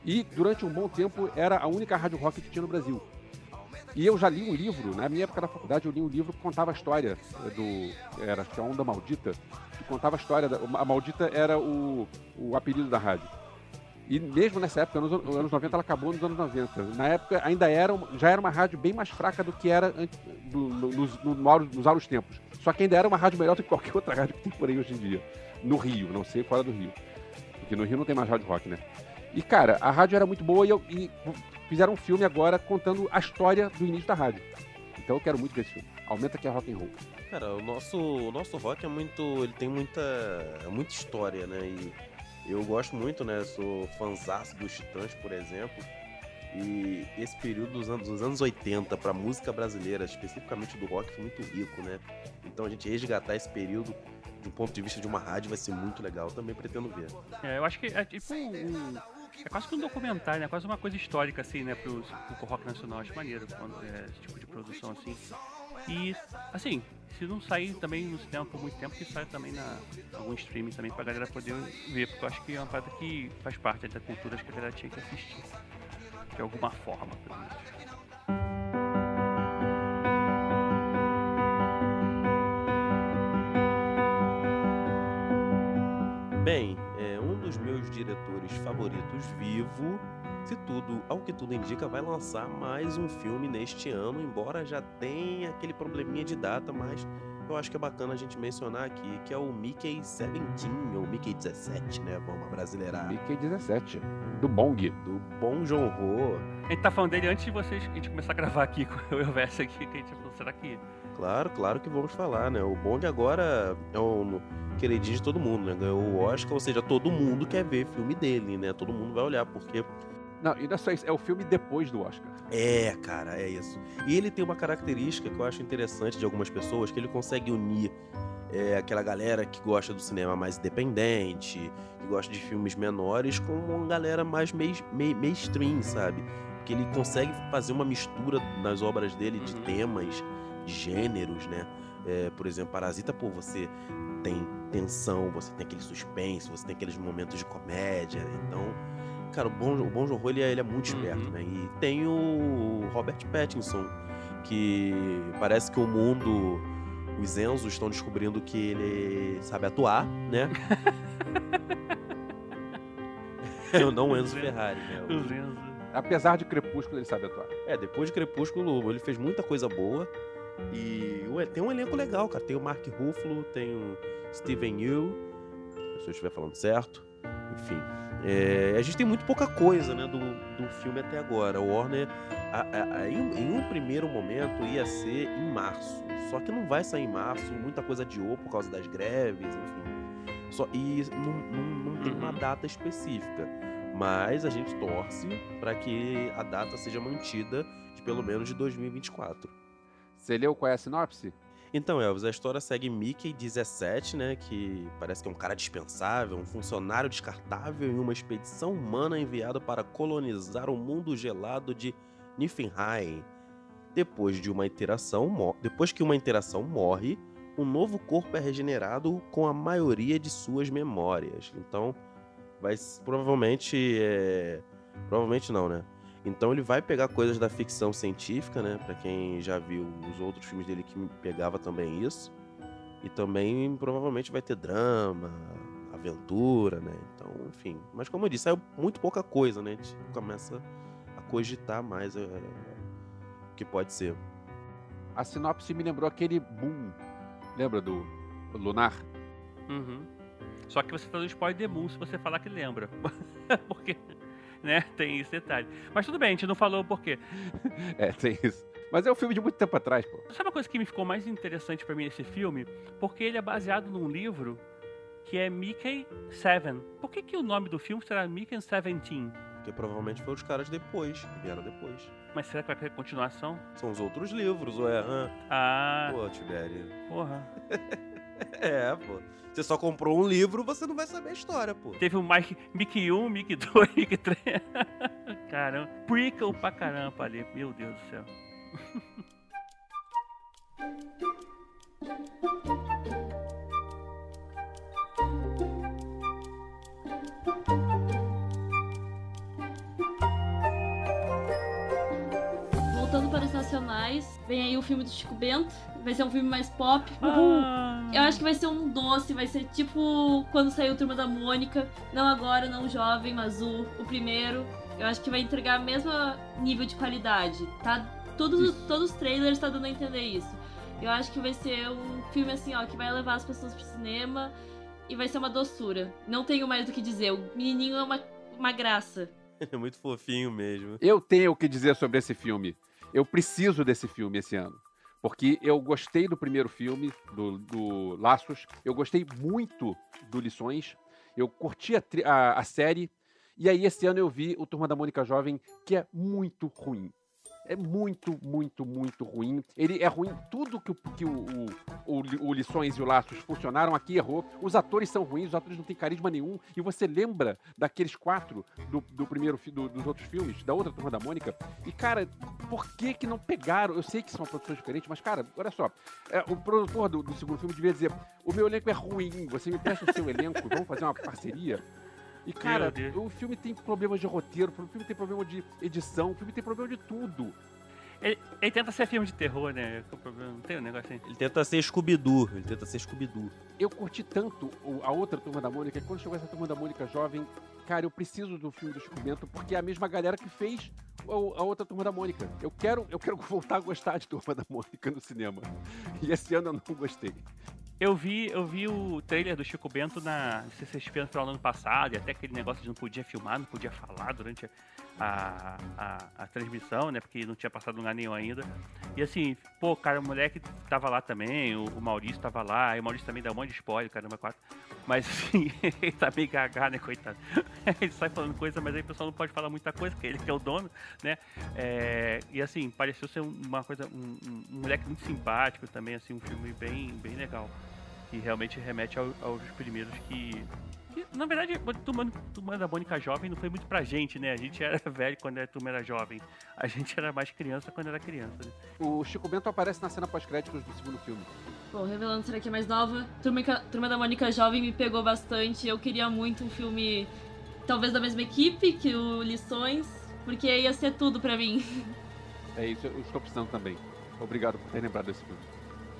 E durante um bom tempo era a única rádio rock que tinha no Brasil. E eu já li um livro, na minha época da faculdade eu li um livro que contava a história do... Era, acho que a Onda Maldita, que contava a história... Da, a Maldita era o, o apelido da rádio. E mesmo nessa época, nos anos noventa, ela acabou nos anos noventa. Na época ainda era, já era uma rádio bem mais fraca do que era antes, do, no, nos, no, nos auros tempos. Só que ainda era uma rádio melhor do que qualquer outra rádio que tem por aí hoje em dia. No Rio, não sei, fora do Rio. Porque no Rio não tem mais rádio rock, né? E, cara, a rádio era muito boa e, eu, e fizeram um filme agora contando a história do início da rádio. Então eu quero muito ver esse filme. Aumenta que é rock and roll. Cara, o nosso, o nosso rock é muito... Ele tem muita, muita história, né? E eu gosto muito, né? Sou fãzaço dos Titãs, por exemplo. E esse período dos anos, dos anos oitenta pra música brasileira, especificamente do rock, foi muito rico, né? Então a gente resgatar esse período de um ponto de vista de uma rádio vai ser muito legal. Eu também pretendo ver. É, eu acho que é tipo um... um... É quase que um documentário, né? Quase uma coisa histórica, assim, né? Pro, pro rock nacional. Acho maneiro quando é esse tipo de produção, assim. E, assim, se não sair também no cinema por muito tempo, que sai também na algum streaming também pra galera poder ver. Porque eu acho que é uma parada que faz parte da cultura, acho que a galera tinha que assistir. De alguma forma, pelo menos. Bem, é um dos meus diretores favoritos vivo, se tudo, ao que tudo indica, vai lançar mais um filme neste ano, embora já tenha aquele probleminha de data, mas eu acho que é bacana a gente mencionar aqui, que é o Mickey dezessete, ou Mickey dezessete, né? Vamos brasileirar. Mickey dezessete, do Bong. Do Bong Joon-ho. A gente tá falando dele antes de vocês, a gente começar a gravar aqui com o Elvis aqui, que a gente falou, será que... Claro, claro que vamos falar, né? O Bong agora é um queridinho de todo mundo, né? Ganhou o Oscar, ou seja, todo mundo quer ver filme dele, né? Todo mundo vai olhar, porque... Não, e não é só isso, é o filme depois do Oscar. É, cara, é isso. E ele tem uma característica que eu acho interessante de algumas pessoas, que ele consegue unir é, aquela galera que gosta do cinema mais independente, que gosta de filmes menores, com uma galera mais main, main, mainstream, sabe? Porque ele consegue fazer uma mistura nas obras dele de temas, de gêneros, né? É, por exemplo, Parasita, pô, você tem tensão, você tem aquele suspense, você tem aqueles momentos de comédia, então... Cara, o Bong, o Bong Joon-ho, ele, é, ele é muito esperto, Uhum. né? E tem o Robert Pattinson, que parece que o mundo, os Enzos estão descobrindo que ele sabe atuar, né? Eu não o Enzo Ferrari, né? O Enzo. Apesar de Crepúsculo, ele sabe atuar. É, depois de Crepúsculo, ele fez muita coisa boa. E ué, tem um elenco legal, cara. Tem o Mark Ruffalo, tem o Steven Yeun, se eu estiver falando certo. Enfim. É, a gente tem muito pouca coisa, né, do, do filme até agora. O Warner, a, a, a, em, em um primeiro momento, ia ser em março. Só que não vai sair em março, muita coisa adiou por causa das greves, enfim. Só, e não, não, não tem uma data específica. Mas a gente torce para que a data seja mantida de pelo menos de dois mil e vinte e quatro. Você leu qual é a sinopse? Então, Elvis, a história segue Mickey dezessete, né, que parece que é um cara dispensável, um funcionário descartável em uma expedição humana enviada para colonizar o mundo gelado de Niflheim. Depois de uma interação, mo- depois que uma interação morre, um novo corpo é regenerado com a maioria de suas memórias. Então, vai s- provavelmente é... provavelmente não, né? Então ele vai pegar coisas da ficção científica, né? Pra quem já viu os outros filmes dele que pegava também isso. E também provavelmente vai ter drama, aventura, né? Então, enfim. Mas como eu disse, saiu muito pouca coisa, né? A gente começa a cogitar mais é, o que pode ser. A sinopse me lembrou aquele Boom. Lembra do Lunar? Uhum. Só que você tá dando spoiler de Moon se você falar que lembra. Porque, né, tem esse detalhe. Mas tudo bem, a gente não falou por quê. É, tem isso. Mas é um filme de muito tempo atrás, pô. Sabe uma coisa que me ficou mais interessante pra mim nesse filme? Porque ele é baseado num livro que é Mickey sete. Por que, que o nome do filme será Mickey Seventeen? Porque provavelmente foram os caras depois, que vieram depois. Mas será que vai ter continuação? São os outros livros, ué. Ah, Ah, pô, Tibério. porra. É, pô. Você só comprou um livro, você não vai saber a história, pô. Teve o Mike, Mickey um, Mickey dois, Mickey três. Caramba. Prequel pra caramba ali. Meu Deus do céu. mais. Vem aí o filme do Chico Bento. Vai ser um filme mais pop. Ah. Eu acho que vai ser um doce, vai ser tipo quando saiu Turma da Mônica. Não agora, não jovem, mas o, o primeiro. Eu acho que vai entregar o mesmo nível de qualidade. Tá? Todos, todos os trailers tá dando a entender isso. Eu acho que vai ser um filme assim, ó, que vai levar as pessoas pro cinema e vai ser uma doçura. Não tenho mais do que dizer. O menininho é uma, uma graça. Ele é muito fofinho mesmo. Eu tenho o que dizer sobre esse filme. Eu preciso desse filme esse ano. Porque eu gostei do primeiro filme, do, do Laços. Eu gostei muito do Lições. Eu curti a, tri- a, a série. E aí, esse ano eu vi o Turma da Mônica Jovem, que é muito ruim. É muito, muito, muito ruim. Ele é ruim. Tudo que, o, que o, o, o, o Lições e o Laços funcionaram, aqui errou. Os atores são ruins, os atores não têm carisma nenhum. E você lembra daqueles quatro do, do primeiro fi- do, dos outros filmes, da outra Turma da Mônica? E, cara, por que que não pegaram? Eu sei que são produções diferentes, mas, cara, olha só. É, o produtor do, do segundo filme devia dizer: o meu elenco é ruim, você me presta o seu elenco, vamos fazer uma parceria? E, cara, Meu Deus. o filme tem problemas de roteiro, o filme tem problema de edição, o filme tem problema de tudo. Ele, ele tenta ser filme de terror, né? Qual o problema? Não tem um negócio assim. Ele tenta ser Scooby-Doo. Ele tenta ser Scooby-Doo. Eu curti tanto o- a outra Turma da Mônica, que quando chegou essa Turma da Mônica jovem, cara, eu preciso do filme do Chico Bento, porque é a mesma galera que fez o- a outra Turma da Mônica. Eu quero, eu quero voltar a gostar de Turma da Mônica no cinema. E esse ano eu não gostei. Eu vi, eu vi o trailer do Chico Bento na C C X P no final do ano passado, e até aquele negócio de não podia filmar, não podia falar durante a, a, a transmissão, né? Porque não tinha passado lugar nenhum ainda. E assim, pô, cara, o moleque tava lá também, o, o Maurício tava lá, e o Maurício também dá um monte de spoiler, caramba, quatro. Mas assim, ele tá meio gaga, né, coitado? Ele sai falando coisa, mas aí o pessoal não pode falar muita coisa, porque ele que é o dono, né? É, e assim, pareceu ser uma coisa, um, um, um moleque muito simpático também, assim, um filme bem, bem legal. Que realmente remete ao- aos primeiros que, que, na verdade, a Turma, Turma da Mônica Jovem não foi muito pra gente, né? A gente era velho quando a turma era jovem. A gente era mais criança quando era criança, né? O Chico Bento aparece na cena pós-créditos do segundo filme. Bom, revelando será que é mais nova. Turma, Turma da Mônica Jovem me pegou bastante. Eu queria muito um filme, talvez da mesma equipe que o Lições, porque ia ser tudo pra mim. É isso, eu estou precisando também. Obrigado por ter lembrado desse filme.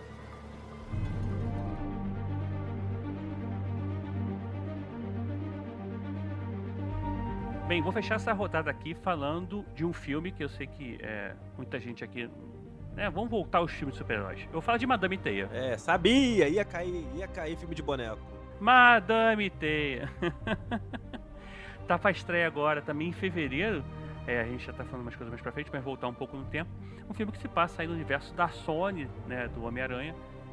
Bem, vou fechar essa rodada aqui falando de um filme que eu sei que é, muita gente aqui... Né, vamos voltar aos filmes de super-heróis. Eu vou falar de Madame Teia. É, sabia! Ia cair, ia cair filme de boneco. Madame Teia. Tá pra estreia agora, também em fevereiro. É, a gente já tá falando umas coisas mais pra frente, mas voltar um pouco no tempo. Um filme que se passa aí no universo da Sony, né, do Homem-Aranha.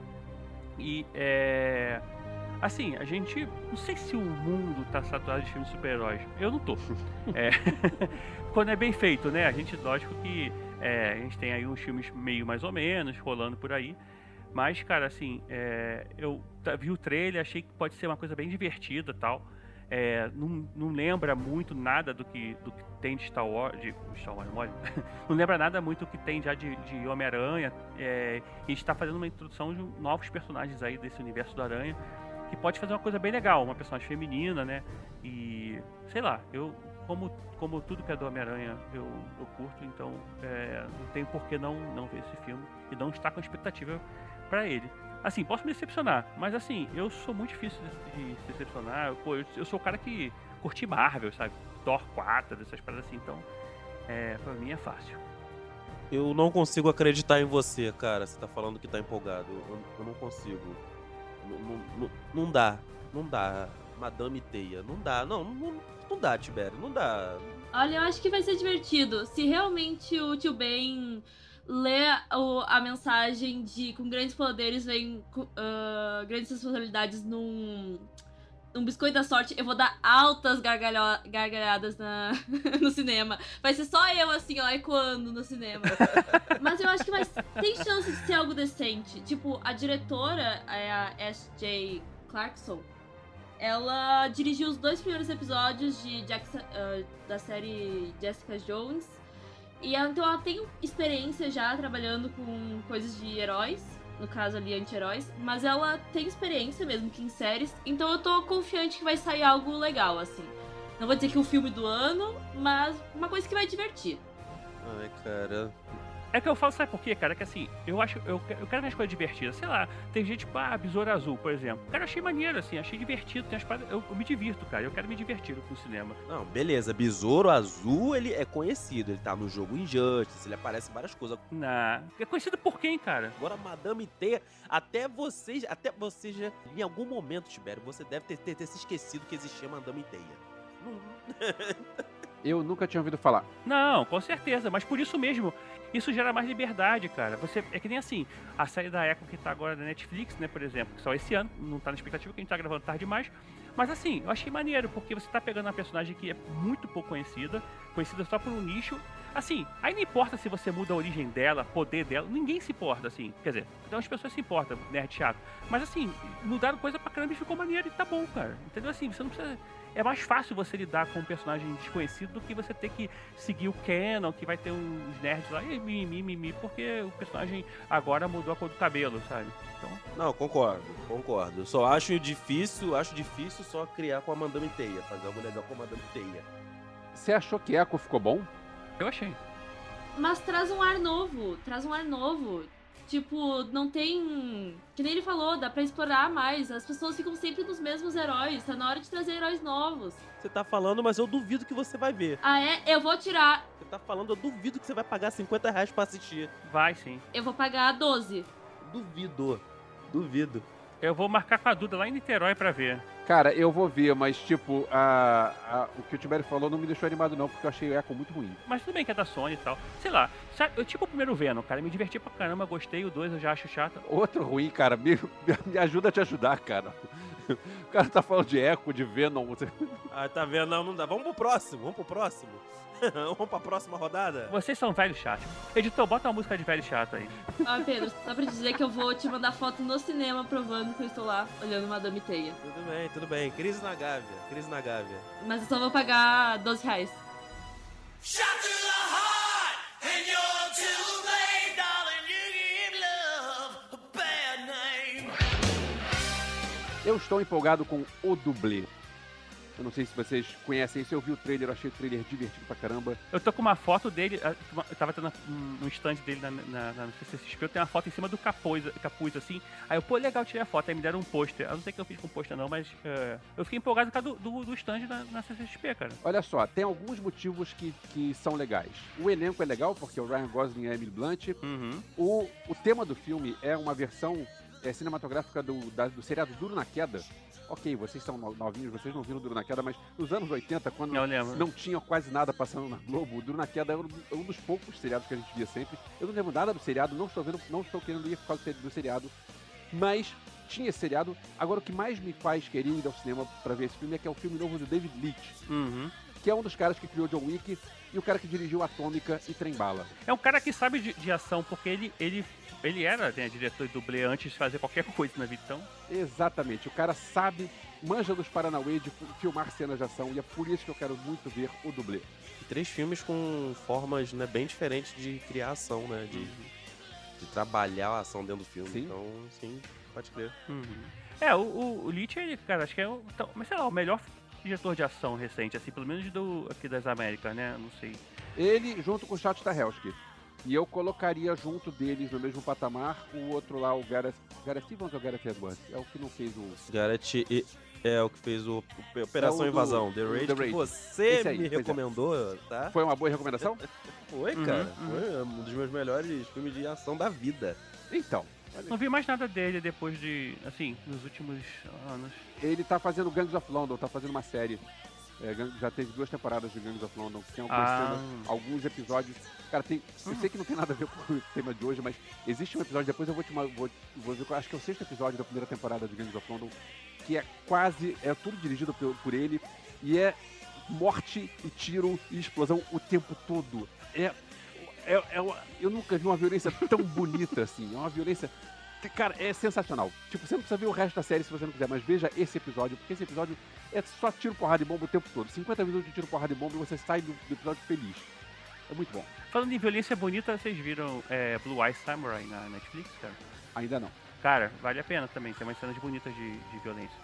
E é... Assim, a gente... Não sei se o mundo tá saturado de filmes de super-heróis. Eu não tô. É, quando é bem feito, né? A gente, lógico que... É, a gente tem aí uns filmes meio mais ou menos, rolando por aí. Mas, cara, assim... É, eu tá- vi o trailer, achei que pode ser uma coisa bem divertida e tal. É, não, não lembra muito nada do que, do que tem de Star Wars... De, Star Wars, mole. Não lembra nada muito do que tem já de, de Homem-Aranha. É, e a gente tá fazendo uma introdução de novos personagens aí desse universo do Aranha. Que pode fazer uma coisa bem legal, uma personagem feminina, né? E, sei lá, eu, como, como tudo que é do Homem-Aranha, eu, eu curto, então é, não tem por que não, não ver esse filme e não estar com expectativa pra ele. Assim, posso me decepcionar, mas assim, eu sou muito difícil de, de se decepcionar. Pô, eu, eu sou o cara que curte Marvel, sabe? Thor quatro, essas paradas assim, então é, pra mim é fácil. Eu não consigo acreditar em você, cara. Você tá falando que tá empolgado. Eu, eu não consigo. Não, não, não, não dá. Não dá. Madame Teia. Não dá. Não, não, não dá, Tibério. Não dá. Olha, eu acho que vai ser divertido. Se realmente o tio Ben lê o- a mensagem de com grandes poderes vem co- ah, grandes responsabilidades num, num biscoito da sorte, eu vou dar altas gargalho- gargalhadas na, no cinema. Vai ser só eu, assim, ó, ecoando no cinema. Mas eu acho que vai, tem chance de ser algo decente. Tipo, a diretora é a S J Clarkson. Ela dirigiu os dois primeiros episódios de Jackson, ah, da série Jessica Jones. E ela, então ela tem experiência já trabalhando com coisas de heróis, no caso ali anti-heróis, mas ela tem experiência mesmo que em séries, então eu tô confiante que vai sair algo legal, assim. Não vou dizer que é o filme do ano, mas uma coisa que vai divertir. Ai, cara. É que eu falo, sabe por quê, cara? Que assim, eu acho, eu, eu quero ver as coisas divertidas. Sei lá, tem gente tipo, ah, Besouro Azul, por exemplo. Cara, eu achei maneiro, assim, achei divertido. Tem as paradas, eu, eu me divirto, cara. Eu quero me divertir com o cinema. Não, beleza. Besouro Azul, ele é conhecido. Ele tá no jogo Injustice, ele aparece em várias coisas. Na... É conhecido por quem, cara? Agora, Madame Teia, até vocês, até você já, em algum momento, Tibério, você deve ter, ter, ter se esquecido que existia Madame Teia. Não... Eu nunca tinha ouvido falar. Não, com certeza, mas por isso mesmo, isso gera mais liberdade, cara. Você, é que nem assim, a série da Echo que tá agora na Netflix, né, por exemplo, que só esse ano, não tá na expectativa, que a gente tá gravando tarde demais. Mas assim, eu achei maneiro, porque você tá pegando uma personagem que é muito pouco conhecida, conhecida só por um nicho. Assim, aí não importa se você muda a origem dela, poder dela, ninguém se importa, assim. Quer dizer, então as pessoas se importam, nerd chato. Mas assim, mudaram coisa pra caramba e ficou maneiro e tá bom, cara. Entendeu? Assim, você não precisa... É mais fácil você lidar com um personagem desconhecido do que você ter que seguir o canon, que vai ter uns nerds lá, e mimimi, mimimi, porque o personagem agora mudou a cor do cabelo, sabe? Então... Não, concordo, concordo. Eu só acho difícil, acho difícil só criar com a Madame Teia, fazer algo legal com a Madame Teia. Você achou que Echo ficou bom? Eu achei. Mas traz um ar novo, traz um ar novo. Tipo, não tem... Que nem ele falou, dá pra explorar mais. As pessoas ficam sempre nos mesmos heróis. Tá na hora de trazer heróis novos. Você tá falando, mas eu duvido que você vai ver. Ah, é? Eu vou tirar. Você tá falando, eu duvido que você vai pagar cinquenta reais pra assistir. Vai sim. Eu vou pagar doze. Duvido. Duvido. Eu vou marcar com a Duda lá em Niterói pra ver. Cara, eu vou ver, mas tipo, a, a- o que o Tibério falou não me deixou animado não, porque eu achei o Echo muito ruim. Mas tudo bem que é da Sony e tal. Sei lá, sabe, eu tipo o primeiro Venom, cara, me diverti pra caramba, gostei. O dois eu já acho chato. Outro ruim, cara, me, me ajuda a te ajudar, cara. O cara tá falando de Echo, de Venom. você- Ah, tá vendo? Não, não dá. Vamos pro próximo, vamos pro próximo. Vamos pra próxima rodada? Vocês são velho chato. Editor, bota uma música de velho chato aí. Ah, Pedro, só pra dizer que eu vou te mandar foto no cinema provando que eu estou lá olhando Madame Teia. Tudo bem, tudo bem. Crise na Gávea, crise na Gávea. Mas eu só vou pagar doze reais. Shot to the heart, and you're too late, darling. You give love a bad name. Eu estou empolgado com O Dublê. Eu não sei se vocês conhecem isso, eu vi o trailer, eu achei o trailer divertido pra caramba. Eu tô com uma foto dele, ah, uma- eu tava tendo um- no stand dele na, na, na C C X P, eu tenho uma foto em cima do capuz, capuz assim. Aí eu, pô, legal, tirei a foto, aí me deram um pôster. Eu não sei o que eu fiz com o pôster não, mas é, eu fiquei empolgado por causa do, do, do stand na, na C C X P, cara. Olha só, tem alguns motivos que, que são legais. O elenco é legal, porque o Ryan Gosling e a Emily Blunt. Uhum. O, o tema do filme é uma versão é, cinematográfica do, da- do seriado Duro na Queda. Ok, vocês são no- novinhos, vocês não viram Duro na Queda, mas nos anos oitenta, quando Eu lembro. não tinha quase nada passando na Globo, o Duro na Queda era um, um dos poucos seriados que a gente via sempre. Eu não lembro nada do seriado, não estou vendo, não estou querendo ir por causa do seriado, mas tinha esse seriado. Agora, o que mais me faz querer ir ao cinema pra ver esse filme é que é o filme novo do David Leitch, Uhum. que é um dos caras que criou John Wick e o cara que dirigiu Atômica e Trem Bala. É um cara que sabe de, de ação, porque ele, ele, ele era né, diretor e dublê antes de fazer qualquer coisa na vida, então... Exatamente, o cara sabe, manja dos Paranauê de fi- filmar cenas de ação e é por isso que eu quero muito ver o dublê. E três filmes com formas né, bem diferentes de criar ação, né? De, de trabalhar a ação dentro do filme. Sim. Então, sim, pode crer. Uhum. É, o, o, o Leach, ele, cara, acho que é o, então, mas sei lá, o melhor diretor de ação recente, assim, pelo menos do, aqui das Américas, né? Não sei. Ele junto com o Chad Stahelski. E eu colocaria junto deles no mesmo patamar o outro lá, o Gareth, Gareth Evans ou Gareth Edwards? É o que não fez o... Gareth e- é o que fez o, o Operação É o do- Invasão, The o Raid, The que Raid. você Esse aí, me pois é. recomendou, tá? Foi uma boa recomendação? Foi, Uhum, cara. uhum. Foi um dos meus melhores filmes de ação da vida. Então, Não vi mais nada dele depois de, assim, nos últimos anos. ele tá fazendo Gangs of London, tá fazendo uma série. É, Gang- já teve duas temporadas de Gangs of London, tem algumas Ah. cenas, alguns episódios. Cara, tem. Eu sei que não tem nada a ver com o tema de hoje, mas existe um episódio, depois eu vou te ma- vou, vou ver, acho que é o sexto episódio da primeira temporada de Gangs of London, que é quase. É tudo dirigido por, por ele, e é morte e tiro e explosão o tempo todo. É. é, é uma- eu nunca vi uma violência tão bonita assim. É uma violência. que, Cara, é sensacional. Tipo, você não precisa ver o resto da série se você não quiser, mas veja esse episódio, porque esse episódio é só tiro, porrada e bomba o tempo todo. cinquenta minutos de tiro, porrada e bomba e você sai do, do episódio feliz. É muito bom. Falando em violência bonita, vocês viram é, Blue Eye Samurai na Netflix, cara? Ainda não. Cara, vale a pena também, tem umas cenas bonitas de, de violência.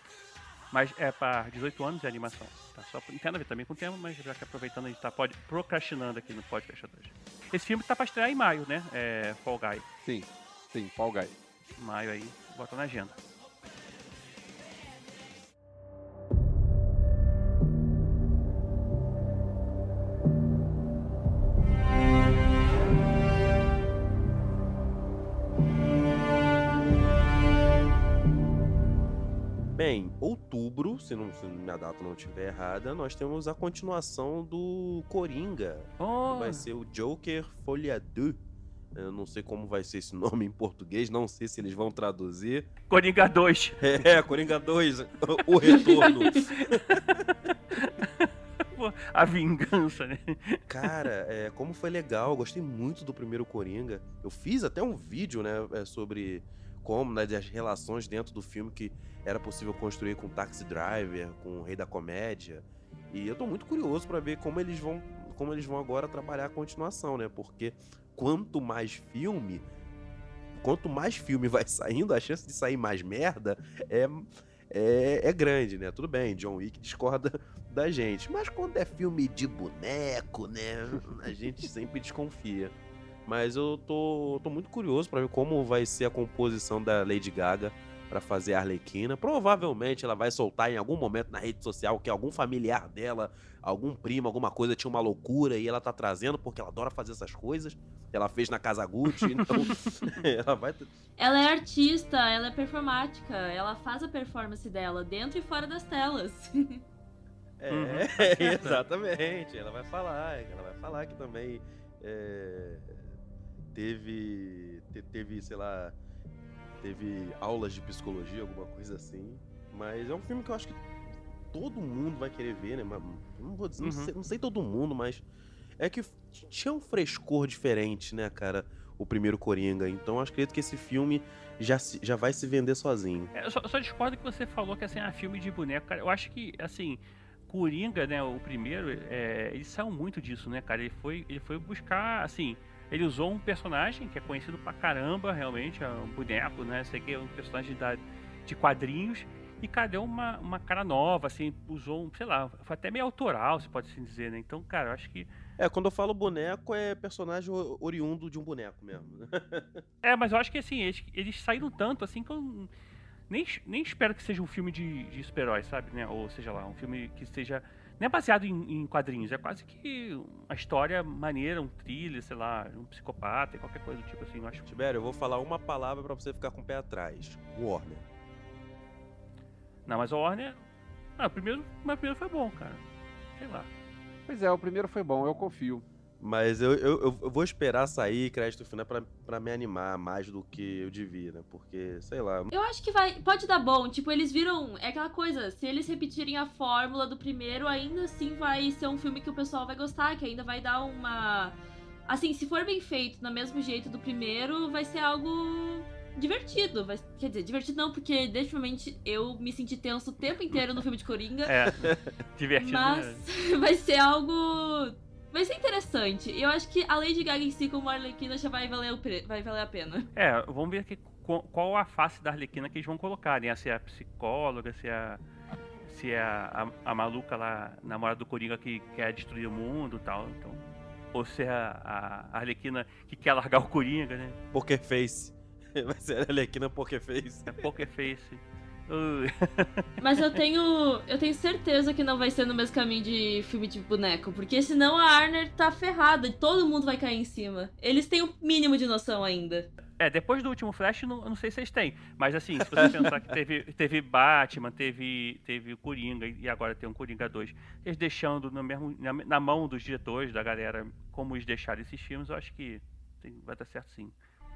Mas é pra dezoito anos de animação. Tá? Só, não tem nada a ver também com o tema, mas já que aproveitando a gente tá pode, procrastinando aqui no podcast hoje. Esse filme tá pra estrear em maio, né? É, Fall Guy. Sim, sim, Fall Guy. Maio aí, bota na agenda. Bem, outubro, se, não, se minha data não estiver errada, nós temos a continuação do Coringa. Oh. Que vai ser o Joker Folia dois. Eu não sei como vai ser esse nome em português, não sei se eles vão traduzir. Coringa dois. É, Coringa dois, o retorno. A vingança, né? Cara, é, como foi legal, eu gostei muito do primeiro Coringa. Eu fiz até um vídeo, né, é, sobre como, né, as relações dentro do filme que era possível construir com Taxi Driver, com o Rei da Comédia. E eu tô muito curioso pra ver como eles vão, como eles vão agora trabalhar a continuação, né? Porque quanto mais filme, quanto mais filme vai saindo, a chance de sair mais merda é, é, é grande, né? Tudo bem, John Wick discorda da gente, mas quando é filme de boneco, né? A gente sempre desconfia. Mas eu tô, tô muito curioso pra ver como vai ser a composição da Lady Gaga pra fazer a Arlequina. Provavelmente ela vai soltar em algum momento na rede social que algum familiar dela, algum primo, alguma coisa tinha uma loucura e ela tá trazendo porque ela adora fazer essas coisas. Ela fez na Casa Gucci, então ela vai... Ela é artista, ela é performática, ela faz a performance dela dentro e fora das telas. É, Uhum. exatamente. Ela vai falar, ela vai falar que também é, teve, te- teve, sei lá, teve aulas de psicologia, alguma coisa assim. Mas é um filme que eu acho que todo mundo vai querer ver, né? Mas não vou dizer, não, Uhum. sei, não sei todo mundo, mas é que tinha um frescor diferente, né, cara? O primeiro Coringa. Então eu acredito que esse filme já, se- já vai se vender sozinho. É, eu só, só discordo que você falou que assim, é filme de boneco, cara. Eu acho que, assim, Coringa, né, o primeiro, é, ele saiu muito disso, né, cara? Ele foi, ele foi buscar, assim, ele usou um personagem que é conhecido pra caramba, realmente, é um boneco, né? Sei que é um personagem da, de quadrinhos. E, cara, deu uma, uma cara nova, assim, usou um, sei lá, foi até meio autoral, se pode assim dizer, né? Então, cara, eu acho que. É, quando eu falo boneco, é personagem o- oriundo de um boneco mesmo. né? É, mas eu acho que, assim, eles, eles saíram tanto, assim, que eu nem, nem espero que seja um filme de, de super-herói, sabe, né? Ou seja lá, um filme que seja. Não é baseado em, em quadrinhos, é quase que uma história maneira, um thriller, sei lá, um psicopata, qualquer coisa do tipo assim, eu acho. Tibério, eu vou falar uma palavra pra você ficar com o pé atrás. Warner. Não, mas o Warner. Ah, o primeiro, mas o primeiro foi bom, cara. Sei lá. Pois é, o primeiro foi bom, eu confio. Mas eu, eu, eu- eu vou esperar sair crédito final pra, pra me animar mais do que eu devia, né? Porque, sei lá. Eu acho que vai, pode dar bom, tipo, eles viram, é aquela coisa, se eles repetirem a fórmula do primeiro, ainda assim vai ser um filme que o pessoal vai gostar, que ainda vai dar uma... Assim, se for bem feito, no mesmo jeito do primeiro, vai ser algo divertido, vai... quer dizer, divertido não, porque definitivamente eu me senti tenso o tempo inteiro no filme de Coringa, É, divertido. mas Né? vai ser algo... Vai ser interessante. Eu acho que a Lady Gaga em si como Arlequina já vai valer, o pre... vai valer a pena. É, vamos ver aqui qual, qual a face da Arlequina que eles vão colocar, né? Se é a psicóloga, se é a, se é a, a, a maluca lá, namorada do Coringa que quer destruir o mundo e tal. Então, ou se é a, a Arlequina que quer largar o Coringa, né? Poker Face. Vai ser a Arlequina Poker Face. É Poker Face. Uh, Mas eu tenho, eu tenho certeza que não vai ser no mesmo caminho de filme de boneco, porque senão a Warner tá ferrada e todo mundo vai cair em cima. Eles têm o mínimo de noção ainda. É, depois do último Flash, não, eu não sei se vocês têm. Mas assim, se você pensar que teve, teve Batman, teve, teve o Coringa e agora tem um Coringa dois, eles deixando no mesmo, na, na mão dos diretores, da galera, como eles deixaram esses filmes, eu acho que tem- vai dar certo sim.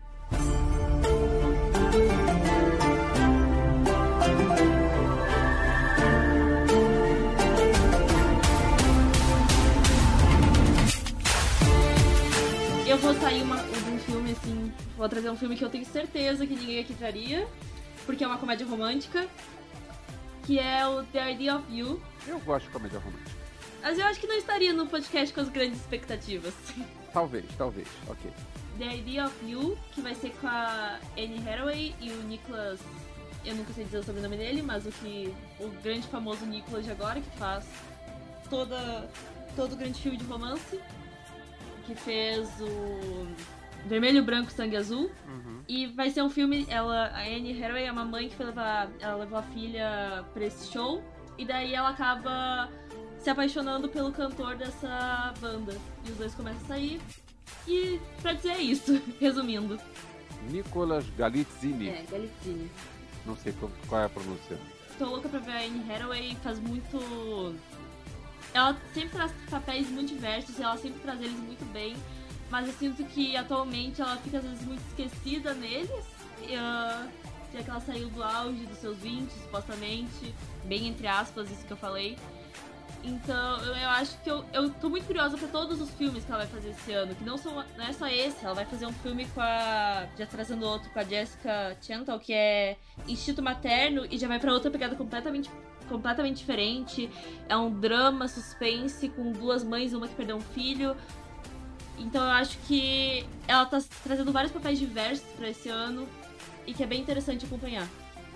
Eu vou sair uma, de um filme assim, vou trazer um filme que eu tenho certeza que ninguém aqui traria, porque é uma comédia romântica, que é o The Idea of You. Eu gosto de comédia romântica. Mas eu acho que não estaria no podcast com as grandes expectativas. Talvez, talvez, ok. The Idea of You, que vai ser com a Anne Hathaway e o Nicholas... Eu nunca sei dizer o sobrenome dele, mas o que o grande famoso Nicholas de agora, que faz toda, todo grande filme de romance. que fez o Vermelho, Branco, Sangue Azul. Uhum. E vai ser um filme, ela, a Anne Hathaway é uma mãe que foi levar, ela levou a filha pra esse show. E daí ela acaba se apaixonando pelo cantor dessa banda. E os dois começam a sair. E pra dizer isso, resumindo. Nicolas Galitzini. É, Galitzini. Não sei qual, qual é a pronúncia. Tô louca pra ver a Anne Hathaway, faz muito... Ela sempre traz papéis muito diversos, ela sempre traz eles muito bem, mas eu sinto que atualmente ela fica às vezes muito esquecida neles, e, uh, já que ela saiu do auge dos seus vinte, supostamente, bem entre aspas, isso que eu falei. Então eu, eu acho que eu, eu tô muito curiosa pra todos os filmes que ela vai fazer esse ano, que não, são, não é só esse, ela vai fazer um filme com a... já trazendo outro com a Jessica Chastain, que é Instinto Materno, e já vai pra outra pegada completamente, completamente diferente. É um drama, suspense, com duas mães, uma que perdeu um filho. Então eu acho que ela tá trazendo vários papéis diversos pra esse ano, e que é bem interessante acompanhar.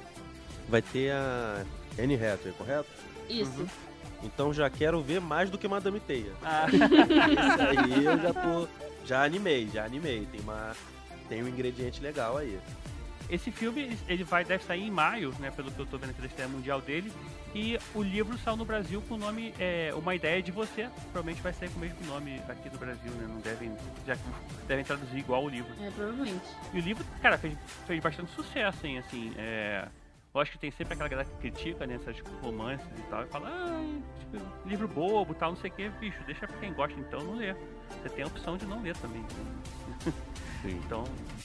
Vai ter a Anne Hathaway, correto? Isso. Uhum. Então já quero ver mais do que Madame Teia. Ah. Isso aí eu já tô. Já animei, já animei. Tem, uma, tem um ingrediente legal aí. Esse filme, ele vai, deve sair em maio, né? Pelo que eu tô vendo aqui da estreia mundial dele. E o livro saiu no Brasil com o nome é, Uma Ideia de Você. Provavelmente vai sair com o mesmo nome aqui no Brasil, né? Não devem. Já devem traduzir igual o livro. É, provavelmente. E o livro, cara, fez, fez bastante sucesso, hein, assim. É... Lógico que tem sempre aquela galera que critica, né, essas romances e tal, e fala, ah, tipo, livro bobo e tal, não sei o que, bicho, deixa pra quem gosta então não ler. Você tem a opção de não ler também. Né? Sim. Então,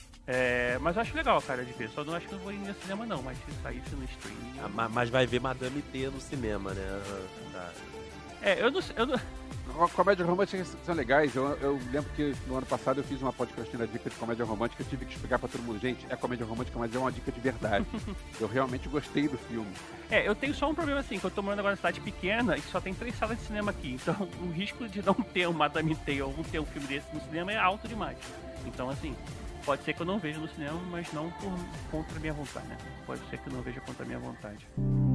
é, mas eu acho legal, cara, de ver. Só não acho que eu vou ir no cinema não, mas se saísse no streaming... Ah, ma- mas vai ver Madame Teia no cinema, né? Ah, tá. É, eu não sei... Eu não... Comédias românticas são legais. Eu, eu lembro que no ano passado eu fiz uma podcast na dica de comédia romântica. Eu tive que explicar pra todo mundo, gente, é comédia romântica, mas é uma dica de verdade. Eu realmente gostei do filme. É, eu tenho só um problema assim, que eu tô morando agora em cidade pequena e só tem três salas de cinema aqui. Então o risco de não ter um Madame Teia ou não ter um filme desse no cinema é alto demais. Então assim, pode ser que eu não veja no cinema, mas não por, contra a minha vontade, né? Pode ser que eu não veja contra a minha vontade.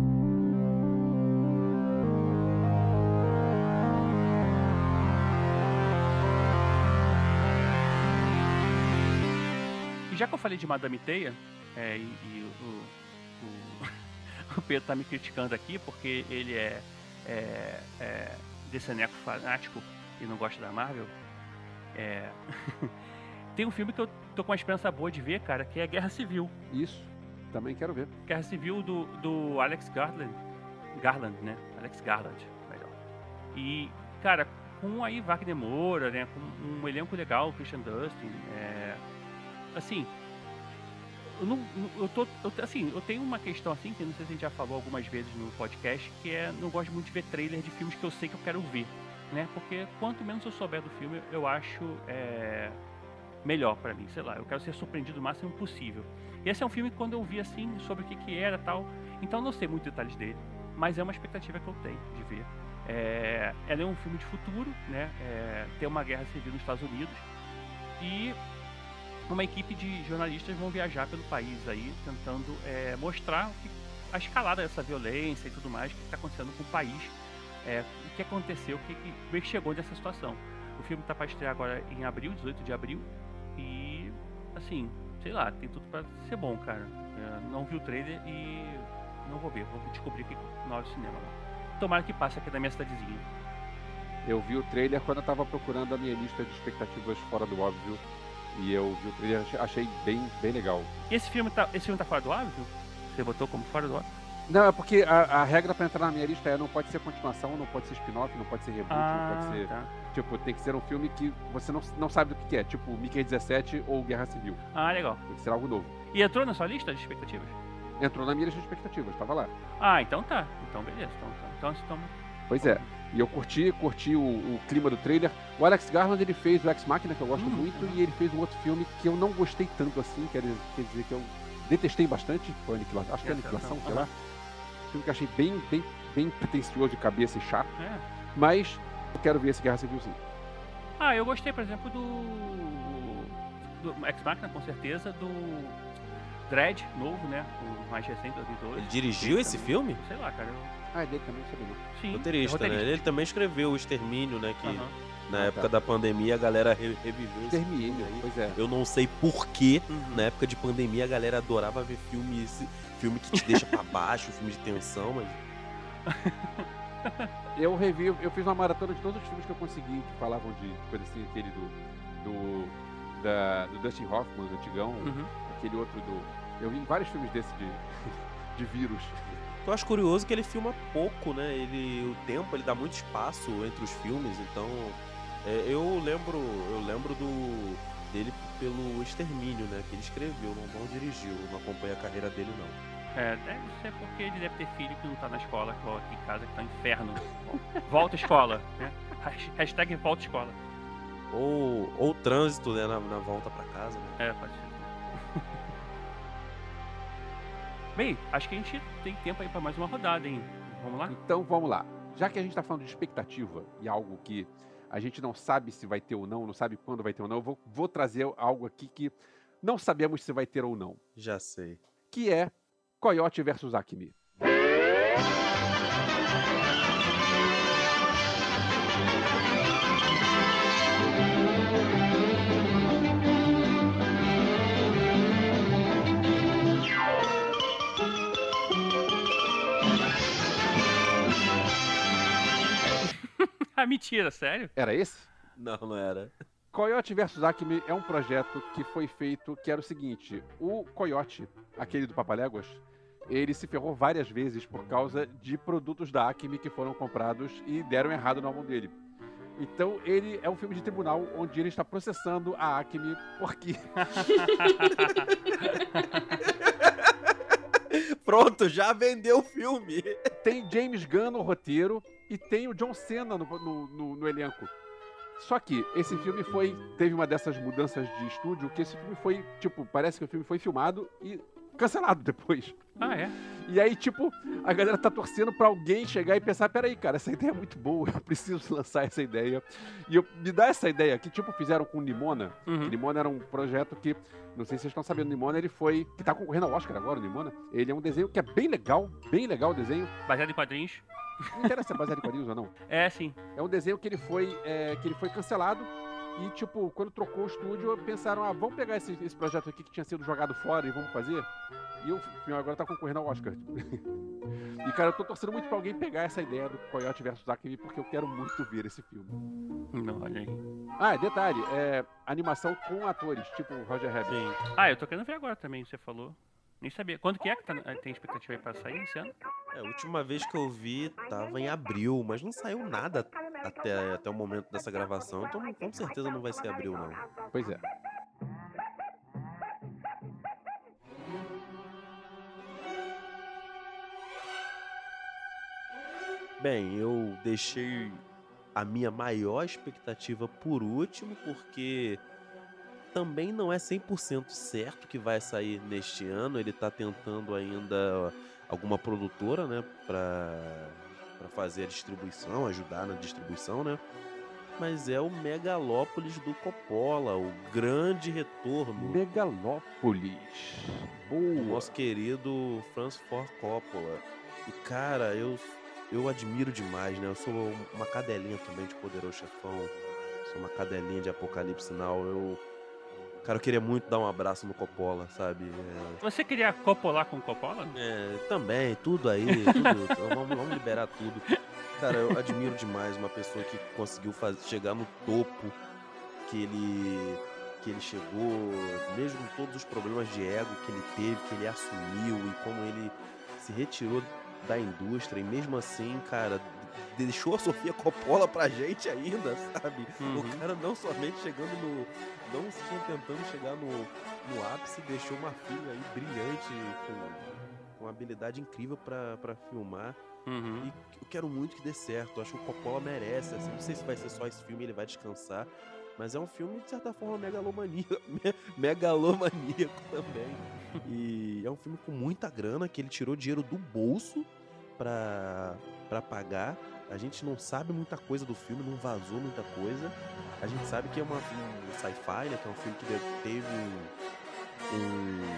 Já que eu falei de Madame Teia, é, e, e o, o, o Pedro tá me criticando aqui porque ele é, é, é deceneco fanático e não gosta da Marvel, é, tem um filme que eu tô com uma esperança boa de ver, cara, que é Guerra Civil. Isso, também quero ver. Guerra Civil do, do Alex Garland, Garland, né? Alex Garland, melhor. E, cara, com aí Wagner Moura, né? Com um elenco legal, Christian Dustin, é... Assim, eu não, eu tô, eu, assim, eu tenho uma questão assim, que não sei se a gente já falou algumas vezes no podcast, que é, não gosto muito de ver trailer de filmes que eu sei que eu quero ver, né, porque quanto menos eu souber do filme, eu acho é, melhor pra mim, sei lá, eu quero ser surpreendido o máximo possível. E esse é um filme que quando eu vi assim, sobre o que que era e tal, então eu não sei muitos detalhes dele, mas é uma expectativa que eu tenho de ver. É, ela é um filme de futuro, né, é, tem uma guerra civil nos Estados Unidos, e uma equipe de jornalistas vão viajar pelo país aí, tentando é, mostrar que, a escalada dessa violência e tudo mais que está acontecendo com o país, é, o que aconteceu, o que, que chegou nessa situação. O filme está para estrear agora em abril, dezoito de abril, e assim, sei lá, tem tudo para ser bom, cara. É, não vi o trailer e não vou ver, vou descobrir aqui na hora do cinema. Tomara que passe aqui da minha cidadezinha. Eu vi o trailer quando eu tava procurando a minha lista de expectativas fora do óbvio. E eu vi o trailer, achei bem, bem legal. E esse filme tá, esse filme tá fora do óbvio? Você botou como fora do óbvio? Não, é porque a, a regra pra entrar na minha lista é não pode ser continuação, não pode ser spin-off, não pode ser reboot, Ah, não pode ser... tá. Tipo, tem que ser um filme que você não, não sabe do que, que é, tipo Mickey dezessete ou Guerra Civil. Ah, legal. Tem que ser algo novo. E entrou na sua lista de expectativas? Entrou na minha lista de expectativas, tava lá. Ah, então tá. Então beleza. Então, tá. então estamos... Pois é. E eu curti, curti o, o clima do trailer. O Alex Garland, ele fez o Ex Machina, que eu gosto Hum, muito, uhum. e ele fez um outro filme que eu não gostei tanto assim, quer dizer, quer dizer que eu detestei bastante, foi Aniquilação, acho que é Aniquilação, sei lá. Um filme que eu achei bem, bem, bem pretencioso de cabeça e chato, É. mas eu quero ver esse Guerra Civil sim. Ah, eu gostei, por exemplo, do... do Ex Machina, com certeza, do... Dredd, novo, né? O mais recente, dois mil e doze. Ele dirigiu esse também. filme? Sei lá, cara. Eu... Ah, é dele também, não sabia não. Sim, Roteirista, é roteirista. né? Ele também escreveu o Extermínio, né? Que Aham. na Ah, época tá. da pandemia a galera re- reviveu esse Extermínio, filme aí. pois é. Eu não sei porquê, Uhum. na época de pandemia a galera adorava ver filme, esse, filme que te deixa pra baixo, filme de tensão, mas... Eu revi, eu fiz uma maratona de todos os filmes que eu consegui, que falavam de coisa assim, aquele do. do. Da, do Dustin Hoffman, do antigão, Uhum. aquele outro do. Eu vi vários filmes desses de, de vírus. Eu acho curioso que ele filma pouco, né? Ele, o tempo, ele dá muito espaço entre os filmes, então... é, eu lembro eu lembro do dele pelo Extermínio, né? Que ele escreveu, não, não dirigiu, não acompanha a carreira dele, não. É, deve ser porque ele deve ter filho que não tá na escola, igual aqui em casa, que tá um inferno. Volta escola, né? Hasht- Hashtag volta escola. Ou, ou trânsito, né? Na, na volta pra casa, né? É, pode ser. Bem, acho que a gente tem tempo aí pra mais uma rodada, hein? Vamos lá? Então vamos lá. Já que a gente tá falando de expectativa e algo que a gente não sabe se vai ter ou não, não sabe quando vai ter ou não, eu vou, vou trazer algo aqui que não sabemos se vai ter ou não. Já sei. Que é Coyote versus Acme. Ah, mentira, sério? Era esse? Não, não era. Coyote versus Acme é um projeto que foi feito, que era o seguinte, o Coyote, aquele do Papaléguas, ele se ferrou várias vezes por causa de produtos da Acme que foram comprados e deram errado na mão dele. Então ele é um filme de tribunal onde ele está processando a Acme porque... Pronto, já vendeu o filme. Tem James Gunn no roteiro e tem o John Cena no, no, no, no elenco. Só que esse filme foi. Teve uma dessas mudanças de estúdio que esse filme foi, tipo, parece que o filme foi filmado e cancelado depois. Ah, é? E aí, tipo, a galera tá torcendo pra alguém chegar e pensar, peraí, cara, essa ideia é muito boa, eu preciso lançar essa ideia. E eu, me dá essa ideia, que tipo fizeram com Nimona. Uhum. Que Nimona era um projeto que, não sei se vocês estão sabendo, Nimona ele foi, que tá concorrendo ao Oscar agora, o Nimona. Ele é um desenho que é bem legal, bem legal o desenho. Baseado em quadrinhos? Não interessa se é baseado em quadrinhos ou não. É, sim. É um desenho que ele foi, é, que ele foi cancelado. E, tipo, quando trocou o estúdio, pensaram, ah, vamos pegar esse, esse projeto aqui que tinha sido jogado fora e vamos fazer. E o filme agora tá concorrendo ao Oscar. E, cara, eu tô torcendo muito pra alguém pegar essa ideia do Coyote versus Acme, porque eu quero muito ver esse filme. Não, olha aí. Ah, detalhe, é animação com atores, tipo Roger Rabbit. Sim. Ah, eu tô querendo ver agora também, você falou. Nem sabia. Quando que é que tá, tem expectativa aí pra sair esse ano? É, a última vez que eu vi tava em abril, mas não saiu nada até, até o momento dessa gravação, então com certeza não vai ser abril, não. Pois é. Bem, eu deixei a minha maior expectativa por último, porque também não é cem por cento certo que vai sair neste ano. Ele tá tentando ainda alguma produtora, né, pra, pra fazer a distribuição, ajudar na distribuição, né? Mas é o Megalópolis do Coppola, o grande retorno Megalópolis. do Boa. nosso querido Francis Ford Coppola. E cara, eu, eu admiro demais, né? Eu sou uma cadelinha também de Poderoso Chefão. Sou uma cadelinha de Apocalipse Now. Eu, cara, eu queria muito dar um abraço no Coppola, sabe? É, Você queria copolar com o Coppola? é, também, tudo aí, tudo, então vamos, vamos liberar tudo. Cara, eu admiro demais uma pessoa que conseguiu fazer, chegar no topo que ele, que ele chegou, mesmo com todos os problemas de ego que ele teve, que ele assumiu e como ele se retirou da indústria e mesmo assim, cara, deixou a Sofia Coppola pra gente ainda, sabe? Uhum. O cara não somente chegando no... não só tentando chegar no, no ápice, deixou uma filha aí brilhante, com, com uma habilidade incrível pra, pra filmar. Uhum. E eu quero muito que dê certo. Eu acho que o Coppola merece. Assim, não sei se vai ser só esse filme, ele vai descansar. Mas é um filme, de certa forma, megalomaníaco, me- megalomaníaco também. E é um filme com muita grana, que ele tirou dinheiro do bolso pra, pra pagar. A gente não sabe muita coisa do filme, não vazou muita coisa. A gente sabe que é uma, um sci-fi, né? Que é um filme que teve um, um,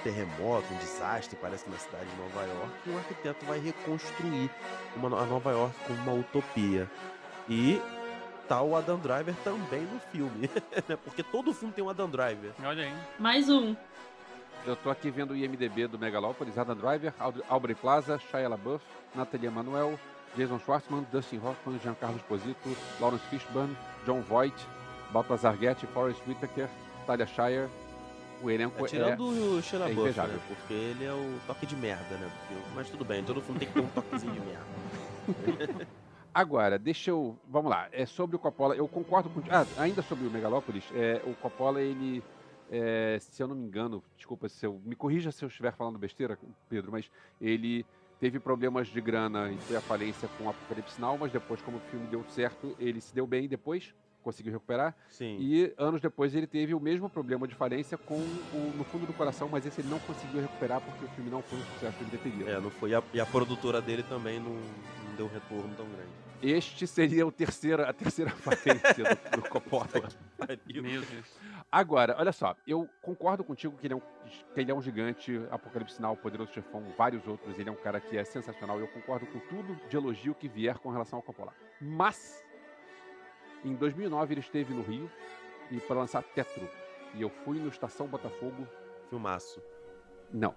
terremoto, um desastre, parece que na cidade de Nova York, e um arquiteto vai reconstruir uma, a Nova York como uma utopia. E tá o Adam Driver também no filme, né? Porque todo filme tem um Adam Driver. Olha aí. Mais um. Eu tô aqui vendo o I M D B do Megalópolis, Adam Driver, Aud- Aubrey Plaza, Shia LaBeouf, Nathalie Emmanuel, Jason Schwartzman, Dustin Hoffman, Giancarlo Esposito, Lawrence Fishburne, John Voight, Balthazar Getty, Forrest Whitaker, Talia Shire. O elenco É, tirando o é Shia LaBeouf, né? invejável. Porque ele é o toque de merda, né? Porque- mas tudo bem, todo filme tem que ter um toquezinho de merda. Agora, deixa eu... Vamos lá. É sobre o Coppola. Eu concordo com... Ah, ainda sobre o Megalópolis. É, o Coppola, ele... é, se eu não me engano, desculpa se eu... Me corrija se eu estiver falando besteira, Pedro, mas ele teve problemas de grana e foi à falência com o Apocalipse Now, mas depois, como o filme deu certo, ele se deu bem depois, conseguiu recuperar. Sim. E anos depois ele teve o mesmo problema de falência com o No Fundo do Coração, mas esse ele não conseguiu recuperar porque o filme não foi o sucesso que ele deveria. É, não foi. E a, e a produtora dele também não, não deu retorno tão grande. Este seria o terceira, a terceira falência do, do Coppola. Pariu. Meu Deus. Agora, olha só, eu concordo contigo que ele é um, que ele é um gigante, Apocalipse Now, Poderoso Chefão, vários outros, ele é um cara que é sensacional, eu concordo com tudo de elogio que vier com relação ao Coppola. Mas, em dois mil e nove ele esteve no Rio e para lançar Tetro, e eu fui no Estação Botafogo. Filmaço. Não.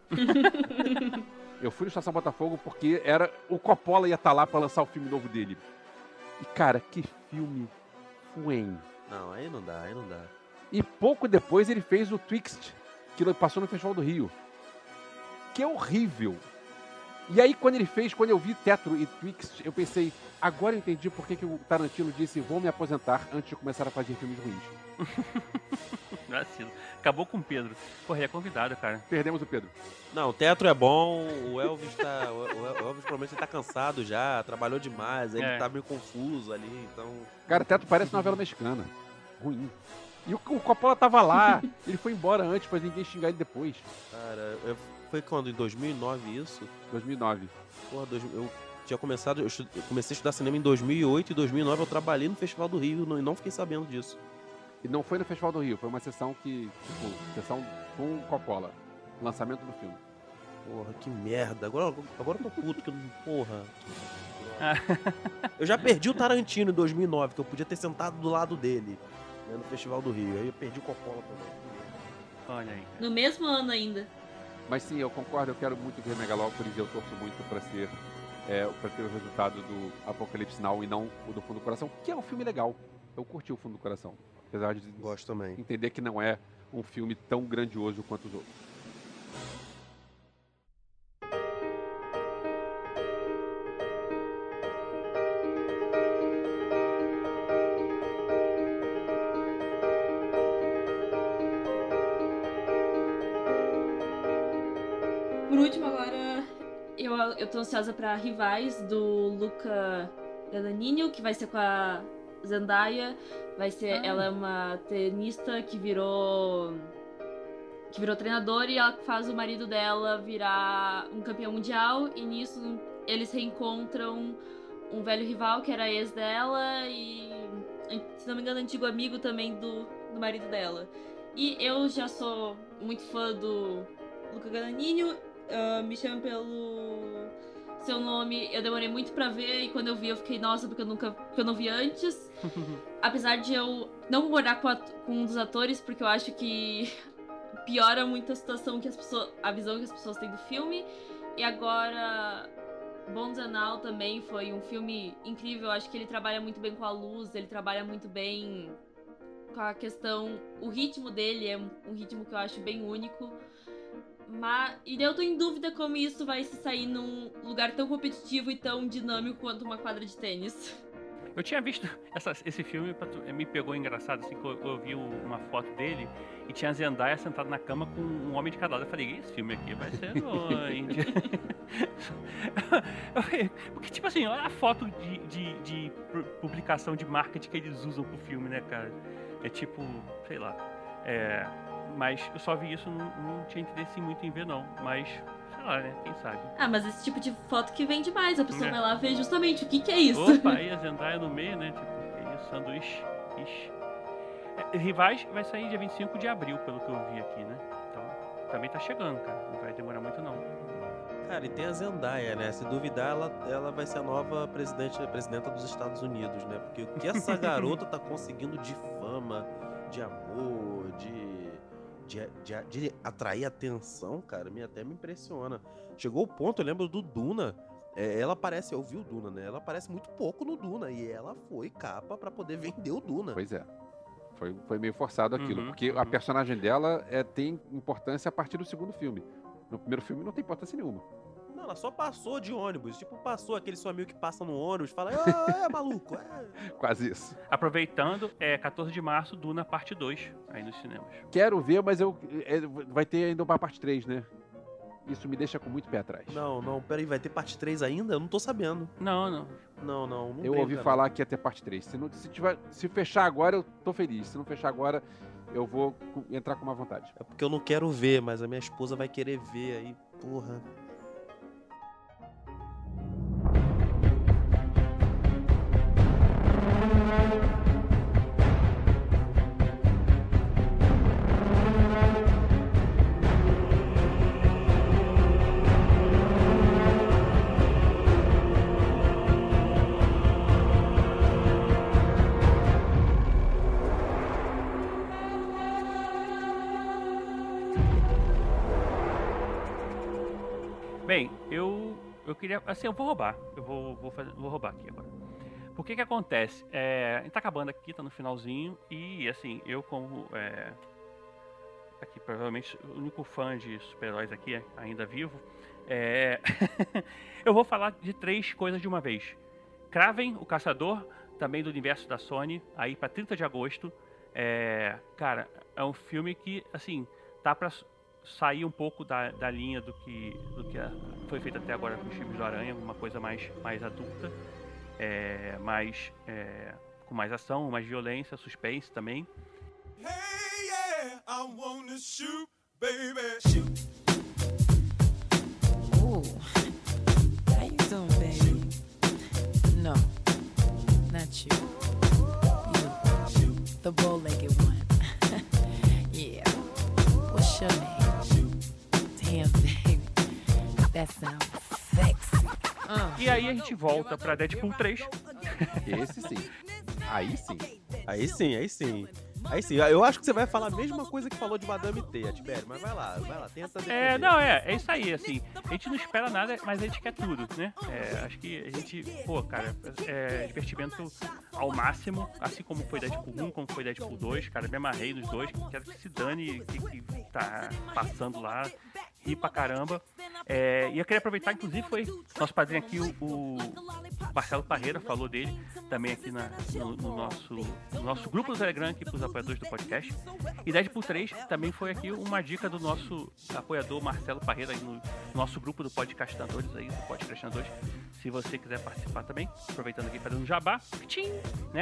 Eu fui no Estação Botafogo porque era o Coppola ia estar lá para lançar o filme novo dele. E cara, que filme fuem. Não, aí não dá, aí não dá. E pouco depois ele fez o Twixt, que ele passou no Festival do Rio. Que é horrível. E aí quando ele fez, quando eu vi Tetro e Twixt, eu pensei, agora eu entendi por que, que o Tarantino disse, vou me aposentar antes de começar a fazer filmes ruins. Vacilo. Acabou com o Pedro. Porra, ele é convidado, cara. Perdemos o Pedro. Não, o teatro é bom, o Elvis tá. O o Elvis provavelmente ele tá cansado já, trabalhou demais, ele É. tá meio confuso ali, então. Cara, Tetro parece novela mexicana. Ruim. E o, o Coppola tava lá, ele foi embora antes pra ninguém xingar ele depois. Cara, eu- foi quando? Em dois mil e nove isso? dois mil e nove. Porra, dois- eu tinha começado, eu, estu- eu comecei a estudar cinema em dois mil e oito e dois mil e nove eu trabalhei no Festival do Rio não- e não fiquei sabendo disso. E não foi no Festival do Rio, foi uma sessão que, tipo, sessão com o Coppola. Lançamento do filme. Porra, que merda. Agora, agora eu tô puto, que eu não. Porra. Eu já perdi o Tarantino em dois mil e nove, que eu podia ter sentado do lado dele, né, no Festival do Rio. Aí eu perdi o Coppola também. Olha aí. No mesmo ano ainda. Mas sim, eu concordo, eu quero muito ver Megalópolis e eu torço muito pra ser é, pra ter o resultado do Apocalipse Now e não o do Fundo do Coração, que é um filme legal. Eu curti o Fundo do Coração, apesar de Gosto também. entender que não é um filme tão grandioso quanto os outros. Por último, agora, eu, eu tô ansiosa pra Rivais, do Luca Guadagnino, que vai ser com a Zendaya. Vai ser, Ah. ela é uma tenista que virou que virou treinadora e ela faz o marido dela virar um campeão mundial. E nisso eles reencontram um velho rival que era ex dela e, se não me engano, antigo amigo também do, do marido dela. E eu já sou muito fã do Luca Guadagnino. Uh, me chama pelo seu nome, eu demorei muito pra ver e quando eu vi eu fiquei, nossa, porque eu nunca, porque eu não vi antes. Apesar de eu não concordar com, a, com um dos atores, porque eu acho que piora muito a situação que as pessoas, a visão que as pessoas têm do filme. E agora Bones and All também foi um filme incrível, eu acho que ele trabalha muito bem com a luz, ele trabalha muito bem com a questão, o ritmo dele é um, um ritmo que eu acho bem único. Mas, e eu tô em dúvida como isso vai se sair num lugar tão competitivo e tão dinâmico quanto uma quadra de tênis. Eu tinha visto essa- esse filme, pra tu- me pegou engraçado, assim, que eu, eu vi o- uma foto dele e tinha a Zendaya sentada na cama com um homem de cada lado. Eu falei, esse filme aqui vai ser onde? Eu falei, porque, tipo assim, olha a foto de, de, de pu- publicação de marketing que eles usam pro filme, né, cara? É tipo, sei lá, é... Mas eu só vi isso, não, não tinha interesse muito em ver, não. Mas, sei lá, né? Quem sabe? Ah, mas esse tipo de foto que vende mais, a pessoa É. vai lá ver justamente o que que é isso. Opa, aí a Zendaya no meio, né? Tipo, que isso, sanduíche. Ixi. É, Rivais vai sair dia vinte e cinco de abril, pelo que eu vi aqui, né? Então, também tá chegando, cara. Não vai demorar muito, não. Cara, e tem a Zendaya, né? Se duvidar, ela, ela vai ser a nova presidente, presidenta dos Estados Unidos, né? Porque o que essa garota tá conseguindo de fama, de amor, de, de, de, de atrair atenção, cara, me, até me impressiona. Chegou o ponto, eu lembro do Duna. É, ela aparece, eu vi o Duna, né? Ela aparece muito pouco no Duna. E ela foi capa pra poder vender o Duna. Pois é. Foi, foi meio forçado aquilo. Uhum, porque uhum. a personagem dela é, tem importância a partir do segundo filme. No primeiro filme não tem importância nenhuma. Não, ela só passou de ônibus. Tipo, passou aquele seu amigo que passa no ônibus, fala, ah, é maluco, é. Quase isso. Aproveitando, é quatorze de março, Duna parte dois, aí nos cinemas. Quero ver, mas eu é, vai ter ainda uma parte três, né? Isso me deixa com muito pé atrás. Não, não, peraí, vai ter parte três ainda? Eu não tô sabendo. Não, não. Não, não, não Eu tem, ouvi cara. falar que ia ter parte três. Se, não, se, tiver, se fechar agora, eu tô feliz. Se não fechar agora, eu vou com- entrar com uma vontade. É porque eu não quero ver, mas a minha esposa vai querer ver aí, porra. Bem, eu, eu queria. Assim, eu vou roubar. Eu vou, vou, fazer, vou roubar aqui agora. Por que que acontece? É, a gente tá acabando aqui, tá no finalzinho. E, assim, eu, como. É, aqui, provavelmente, o único fã de super-heróis aqui, ainda vivo. É, eu vou falar de três coisas de uma vez: Kraven, o Caçador, também do universo da Sony, aí pra trinta de agosto. É, cara, é um filme que, assim, tá pra sair um pouco da, da linha do que, do que a- foi feito até agora com os filmes do Aranha, uma coisa mais, mais adulta, é, mais, é, com mais ação, mais violência, suspense também. Hey, yeah, I wanna shoot, baby. Shoot. Ooh, how you doing, baby? No, not you. You, the bow-legged one. Yeah. What's your name? Damn, baby, that sounds sexy. Uh. E aí a gente volta pra Deadpool três. Esse sim. Aí sim. Aí sim, aí sim. Aí sim, eu acho que você vai falar a mesma coisa que falou de Madame T, Tibério, mas vai lá, vai lá, tenta defender. É, não, é, é isso aí, assim, a gente não espera nada, mas a gente quer tudo, né? É, acho que a gente, pô, cara, é divertimento ao máximo, assim como foi Deadpool um, como foi Deadpool dois, cara, me amarrei nos dois, quero que se dane o que, que tá passando lá, ri pra caramba. É, e eu queria aproveitar, inclusive, foi nosso padrinho aqui, o, o Marcelo Parreira, falou dele, também aqui na, no, no nosso, no nosso grupo do Telegram, aqui pros apoiadores do podcast. E Deadpool três também foi aqui uma dica do nosso apoiador Marcelo Parreira, aí no nosso grupo do Podcastinadores, aí, do Podcastinadores. Se você quiser participar também, aproveitando aqui, fazendo um jabá, tchim, né?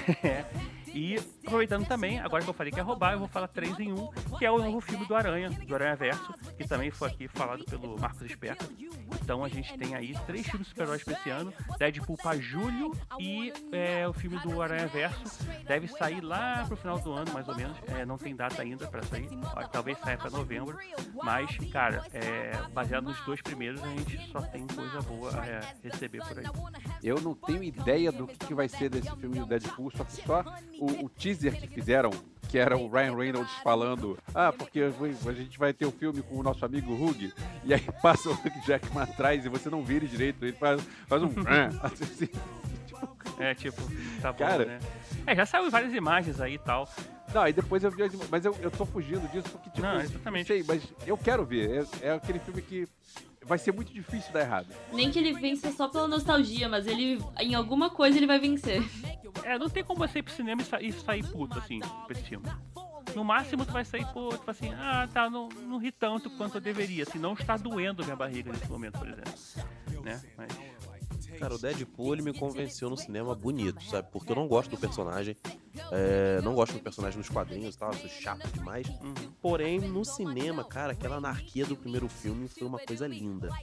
E aproveitando também, agora que eu falei que é roubar, eu vou falar três em um, que é o novo filme do Aranha, do Aranha Verso, que também foi aqui falado pelo Marcos Esperta. Então a gente tem aí três filmes super-heróis pra esse ano, Deadpool pra julho e é, o filme do Aranha Verso deve sair lá pro final do ano, mais ou menos. É, não tem data ainda pra sair, ó, talvez saia pra novembro, mas, cara, é, baseado nos dois primeiros, a gente só tem coisa boa a é, receber por aí. Eu não tenho ideia do que, que vai ser desse filme do Deadpool, só que só o, o teaser que fizeram, que era o Ryan Reynolds falando, ah, porque a gente vai ter o um filme com o nosso amigo Hugh, e aí passa o Hugh Jackman atrás e você não vira direito, ele faz, faz um... assim, tipo, É, tipo, tá bom, Cara. né? É, já saiu várias imagens aí e tal. não, aí depois eu vi as imagens, mas eu, eu tô fugindo disso porque, tipo, Não, exatamente. sei, mas eu quero ver, é, é aquele filme que vai ser muito difícil dar errado. Nem que ele vença só pela nostalgia, mas ele em alguma coisa ele vai vencer. É, não tem como você ir pro cinema e, sa e sair puto, assim, com esse filme. No máximo, tu vai sair, pô, tipo assim, ah, tá, não, não ri tanto quanto eu deveria, assim, não está doendo minha barriga nesse momento, por exemplo. Né? Mas... Cara, o Deadpool, ele me convenceu no cinema bonito, sabe? Porque eu não gosto do personagem, é, não gosto do personagem nos quadrinhos e tal, acho chato demais. Uhum. Porém, no cinema, cara, aquela anarquia do primeiro filme foi uma coisa linda.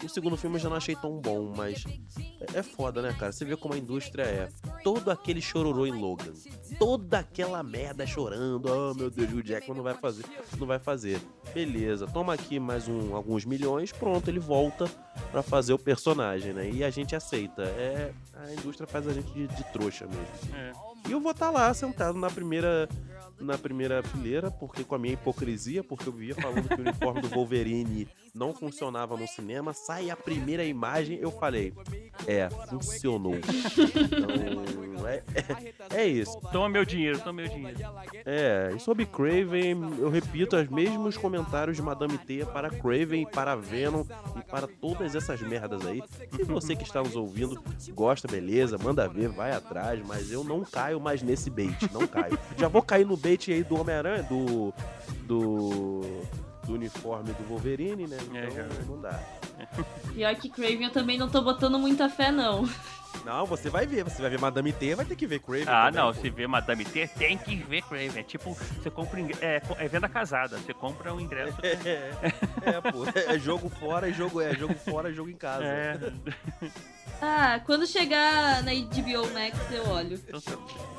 O segundo filme eu já não achei tão bom, mas é, é foda, né, cara? Você vê como a indústria é. Todo aquele chororô em Logan. Toda aquela merda chorando. Oh, meu Deus, o Jackman não vai fazer. Não vai fazer. Beleza, toma aqui mais um, alguns milhões, pronto, ele volta pra fazer o personagem, né? E a gente aceita. É, a indústria faz a gente de, de trouxa mesmo. É. E eu vou estar lá sentado na primeira, na primeira fileira, porque com a minha hipocrisia, porque eu via falando que o uniforme do Wolverine não funcionava no cinema, sai a primeira imagem, eu falei, é, funcionou. Então, é, é, é isso. Toma meu dinheiro, toma meu dinheiro. É, e sobre Kraven, eu repito os mesmos comentários de Madame Teia para Kraven, para Venom e para todas essas merdas aí. Se você que está nos ouvindo gosta, beleza, manda ver, vai atrás, mas eu não caio mais nesse bait, não caio. Já vou cair no bait aí do Homem-Aranha, do... do... do uniforme do Wolverine, né? Então É, não dá. Pior que Kraven eu também não tô botando muita fé, não. Não, você vai ver, você vai ver Madame T, vai ter que ver Kraven. Ah, também, não, pô. se vê Madame T, tem que ver Kraven. É tipo, você compra ingresso, é, é venda casada, você compra um ingresso. É, é, é, pô, é jogo fora e jogo é, jogo fora e jogo em casa. É. Ah, quando chegar na H B O Max eu olho. Então, tá.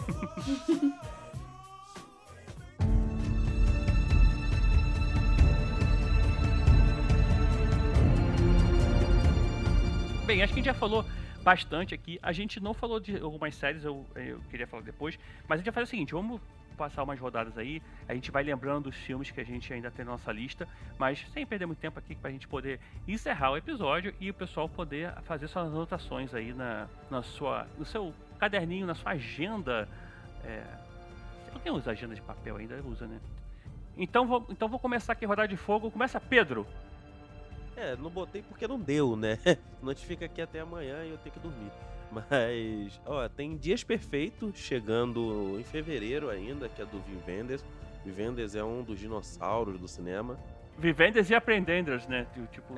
Bem, acho que a gente já falou bastante aqui. A gente não falou de algumas séries, eu, eu queria falar depois. Mas a gente vai fazer o seguinte, vamos passar umas rodadas aí. A gente vai lembrando os filmes que a gente ainda tem na nossa lista. Mas sem perder muito tempo aqui, pra gente poder encerrar o episódio e o pessoal poder fazer suas anotações aí na, na sua, no seu caderninho, na sua agenda. É, você não usa agenda de papel ainda? Usa, né? Então vou, então vou começar aqui a rodada de fogo. Começa, Pedro. É, não botei porque não deu, né? Não te fica aqui até amanhã e eu tenho que dormir. Mas, ó, tem Dias Perfeitos chegando em fevereiro ainda, que é do Wim Wenders. Wim Wenders é um dos dinossauros do cinema. Vivenders e Aprendenders, né? Tipo...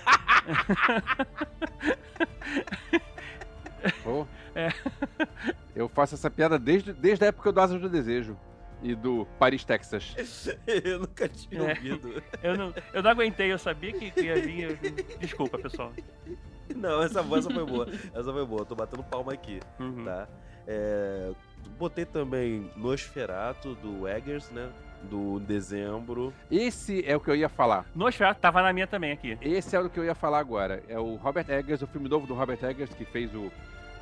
Oh, É. eu faço essa piada desde, desde a época do Asas do Desejo e do Paris, Texas. Eu nunca tinha É. ouvido. Eu não, eu não aguentei, eu sabia que ia vir. Eu... Desculpa, pessoal. Não, essa voz foi boa. Essa foi boa, tô batendo palma aqui, Uhum. tá? É, botei também Nosferatu, do Eggers, né? Do dezembro. Esse é o que eu ia falar. Nosferatu tava na minha também aqui. Esse é o que eu ia falar agora. É o Robert Eggers, o filme novo do Robert Eggers, que fez o,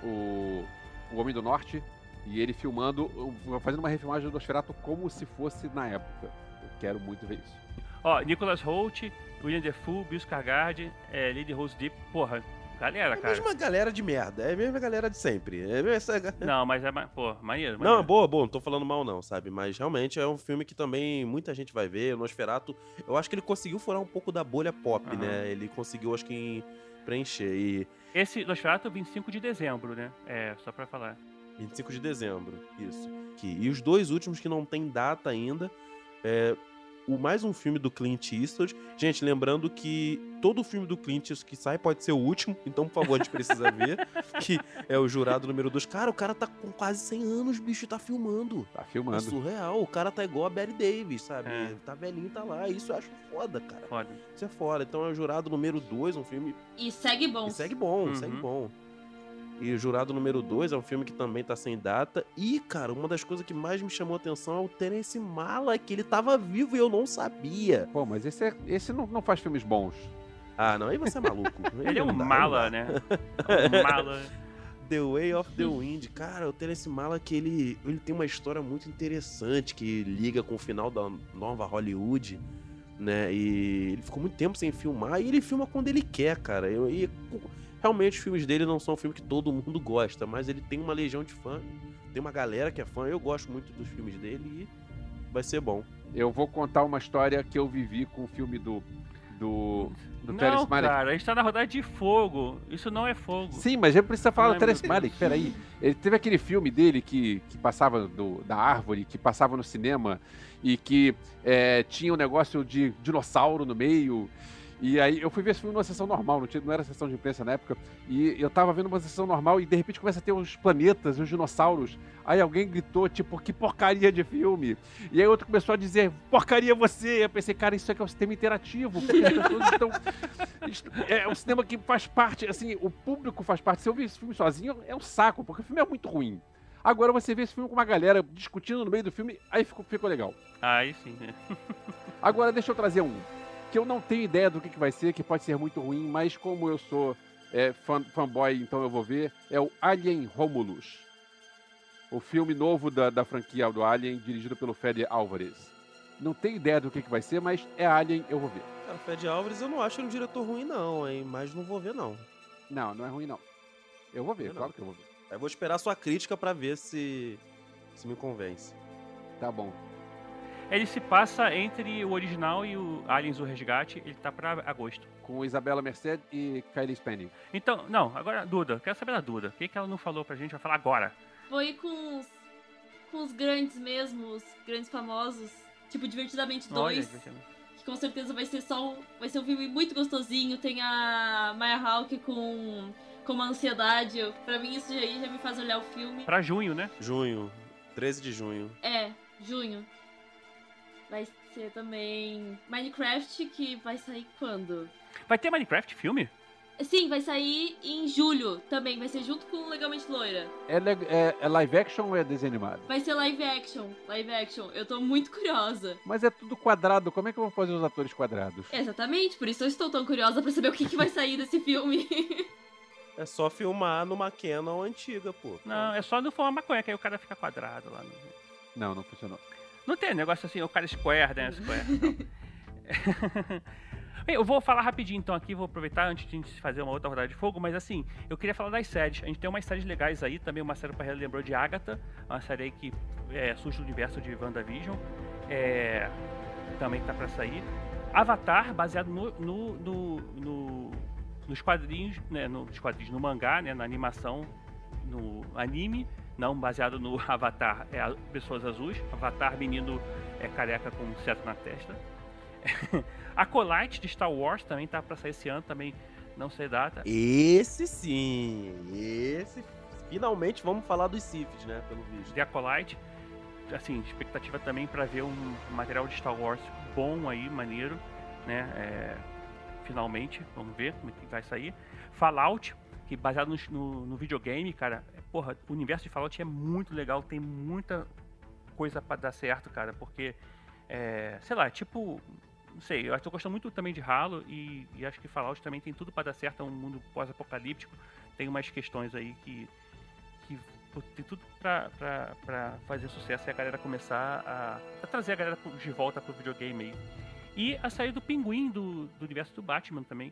o, o Homem do Norte. E ele filmando, fazendo uma refilmagem do Nosferatu como se fosse na época. Eu quero muito ver isso. Ó, Nicholas Hoult, William Dafoe, Bill Skarsgård, é, Lady Rose Depp. Porra, galera, É a cara. mesma galera de merda, é a mesma galera de sempre. É a mesma essa... Não, mas é, ma- pô, maneiro, Não, maneiro. boa, boa, não tô falando mal não, sabe? Mas realmente é um filme que também muita gente vai ver. O Nosferatu, eu acho que ele conseguiu furar um pouco da bolha pop, Aham. né? Ele conseguiu, acho que, em- preencher. E Esse Nosferatu, vinte e cinco de dezembro, né? É, só pra falar. vinte e cinco de dezembro, isso. Que, e os dois últimos que não tem data ainda, é o mais um filme do Clint Eastwood. Gente, lembrando que todo filme do Clint Eastwood que sai pode ser o último, então, por favor, a gente precisa ver. Que é o Jurado número dois. Cara, o cara tá com quase cem anos, bicho, tá filmando. Tá É filmando. surreal, o cara tá igual a Barry Davis, sabe? É. Tá velhinho, tá lá. Isso eu acho foda, cara. Foda. Isso é foda. Então é o Jurado número dois, um filme E segue bom. e segue bom, Uhum. segue bom. E o Jurado número dois é um filme que também tá sem data. E, cara, uma das coisas que mais me chamou a atenção é o Terence Malick, que ele tava vivo e eu não sabia. Pô, mas esse, é, esse não, não faz filmes bons. Ah, não, aí você é maluco. Ele é um não dá, mala, não dá. né? É um mala. The Way of the Wind. Cara, o Terence Malick, ele, ele tem uma história muito interessante que liga com o final da nova Hollywood, né? E ele ficou muito tempo sem filmar e ele filma quando ele quer, cara. E, e realmente os filmes dele não são um filme que todo mundo gosta, mas ele tem uma legião de fã, tem uma galera que é fã. Eu gosto muito dos filmes dele e vai ser bom. Eu vou contar uma história que eu vivi com o filme do, do, do Não, Terence Malick. cara, a gente tá na rodada de fogo. Isso não é fogo. Sim, mas já precisa falar Ai, do Terence meu Deus. Malick, peraí. Ele teve aquele filme dele que, que passava do, da árvore, que passava no cinema e que é, tinha um negócio de dinossauro no meio E aí eu fui ver esse filme numa sessão normal, não, tinha, não era sessão de imprensa na época, e eu tava vendo uma sessão normal e de repente começa a ter os planetas, os dinossauros. Aí alguém gritou, tipo, que porcaria de filme. E aí outro começou a dizer, porcaria você. Eu pensei, cara, isso aqui é um sistema interativo, porque as pessoas estão... É um cinema que faz parte, assim, o público faz parte. Se eu ver esse filme sozinho, é um saco, porque o filme é muito ruim. Agora você vê esse filme com uma galera discutindo no meio do filme, aí ficou, ficou legal. Aí sim, né? Agora deixa eu trazer um, que eu não tenho ideia do que, que vai ser, que pode ser muito ruim, mas como eu sou é, fan, fanboy, então eu vou ver, é o Alien Romulus. O filme novo da, da franquia do Alien, dirigido pelo Fede Álvares. Não tenho ideia do que, que vai ser, mas é Alien, eu vou ver. Cara, o Fede Álvares eu não acho ele um diretor ruim não, hein, mas não vou ver não. Não, não é ruim não. Eu vou ver, Eu claro não. que eu vou ver. Eu vou esperar a sua crítica pra ver se, se me convence. Tá bom. Ele se passa entre o original e o Aliens o Resgate, ele tá pra agosto. Com Isabela Merced e Kylie Spenning. Então, não, agora, Duda, quero saber da Duda. O que, que ela não falou pra gente? Vai falar agora. Foi com os, com os grandes mesmo, os grandes famosos. Tipo, Divertidamente Olha, dois. Que com certeza vai ser só um, vai ser um filme muito gostosinho. Tem a Maya Hawke com, com uma ansiedade. Pra mim isso aí já me faz olhar o filme. Pra junho, né? Junho, treze de junho. É, junho. Vai ser também Minecraft, que vai sair quando? Vai ter Minecraft filme? Sim, vai sair em julho também. Vai ser junto com Legalmente Loira. É, le- é- é live action ou é desenho animado? Vai ser live action. Live action. Eu tô muito curiosa. Mas é tudo quadrado, como é que eu vou fazer os atores quadrados? Exatamente, por isso eu estou tão curiosa pra saber o que, que vai sair desse filme. É só filmar numa Canon antiga, pô. Não, é só não fumar maconha, que aí o cara fica quadrado lá. No... Não, não funcionou. Não tem negócio assim, o cara square, né? Square. Não. Bem, eu vou falar rapidinho então aqui, vou aproveitar antes de a gente fazer uma outra rodada de fogo, mas assim, eu queria falar das séries. A gente tem umas séries legais aí, também uma série para lembrou de Agatha, uma série aí que é, surge do universo de WandaVision, é, também tá para sair. Avatar, baseado no, no, no, no, nos quadrinhos, né, nos quadrinhos, no mangá, né, na animação, no anime, não baseado no Avatar, é a Pessoas Azuis, Avatar menino é careca com um cetro na testa. Acolyte de Star Wars também tá pra sair esse ano, também não sei data. Esse sim, esse... Finalmente vamos falar dos Siths, né, pelo visto. The Acolyte, assim, expectativa também pra ver um material de Star Wars bom aí, maneiro, né, é... finalmente, vamos ver como é que vai sair. Fallout, que baseado no, no, no videogame, cara, porra, o universo de Fallout é muito legal, tem muita coisa pra dar certo, cara, porque, é, sei lá, tipo... Não sei, eu tô gostando muito também de Halo e, e acho que Fallout também tem tudo pra dar certo, é um mundo pós-apocalíptico, tem umas questões aí que, que pô, tem tudo pra, pra, pra fazer sucesso e a galera começar a, a trazer a galera de volta pro videogame aí. E a saída do Pinguim do, do universo do Batman também,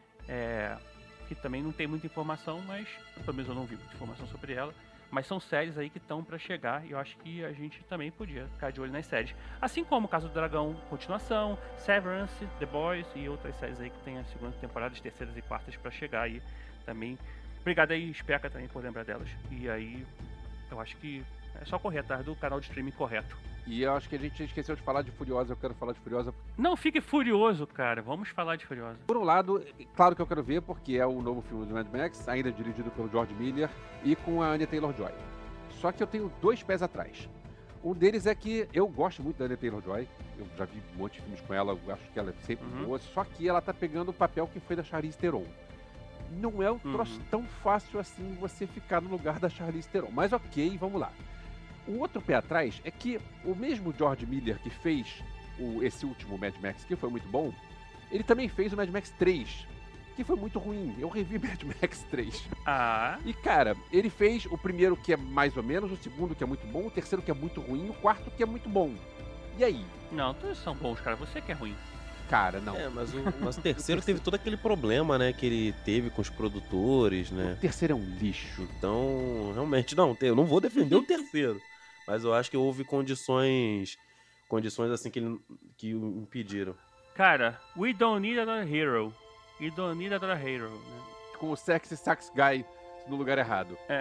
é, que também não tem muita informação, mas pelo menos eu não vi muita informação sobre ela. Mas são séries aí que estão pra chegar e eu acho que a gente também podia ficar de olho nas séries. Assim como o Caso do Dragão, continuação, Severance, The Boys e outras séries aí que tem a segunda temporada, as terceiras e quartas pra chegar aí também. Obrigado aí, Speca, também por lembrar delas. E aí, eu acho que é só correr atrás do canal de streaming correto. E eu acho que a gente esqueceu de falar de Furiosa, eu quero falar de Furiosa. Não fique furioso, cara. Vamos falar de Furiosa. Por um lado, claro que eu quero ver, porque é o novo filme do Mad Max, ainda dirigido pelo George Miller, e com a Anya Taylor-Joy. Só que eu tenho dois pés atrás. Um deles é que eu gosto muito da Anya Taylor-Joy, eu já vi um monte de filmes com ela, eu acho que ela é sempre Uhum. boa, só que ela tá pegando o papel que foi da Charlize Theron. Não é um troço Uhum. tão fácil assim você ficar no lugar da Charlize Theron, mas ok, vamos lá. O outro pé atrás é que o mesmo George Miller que fez o, esse último Mad Max, que foi muito bom, ele também fez o Mad Max três, que foi muito ruim. Eu revi Mad Max três. Ah, E, cara, ele fez o primeiro que é mais ou menos, o segundo que é muito bom, o terceiro que é muito ruim, o quarto que é muito bom. E aí? não, todos são bons, cara. Você que é ruim. Cara, não. É, mas o, mas o terceiro teve todo aquele problema, né, que ele teve com os produtores, O né? terceiro é um lixo. Então, realmente, não, eu não vou defender o terceiro. Mas eu acho que houve condições, condições assim que, ele, que o impediram. Cara, we don't need another hero. We don't need another hero, né? Com o sexy sax guy no lugar errado. É.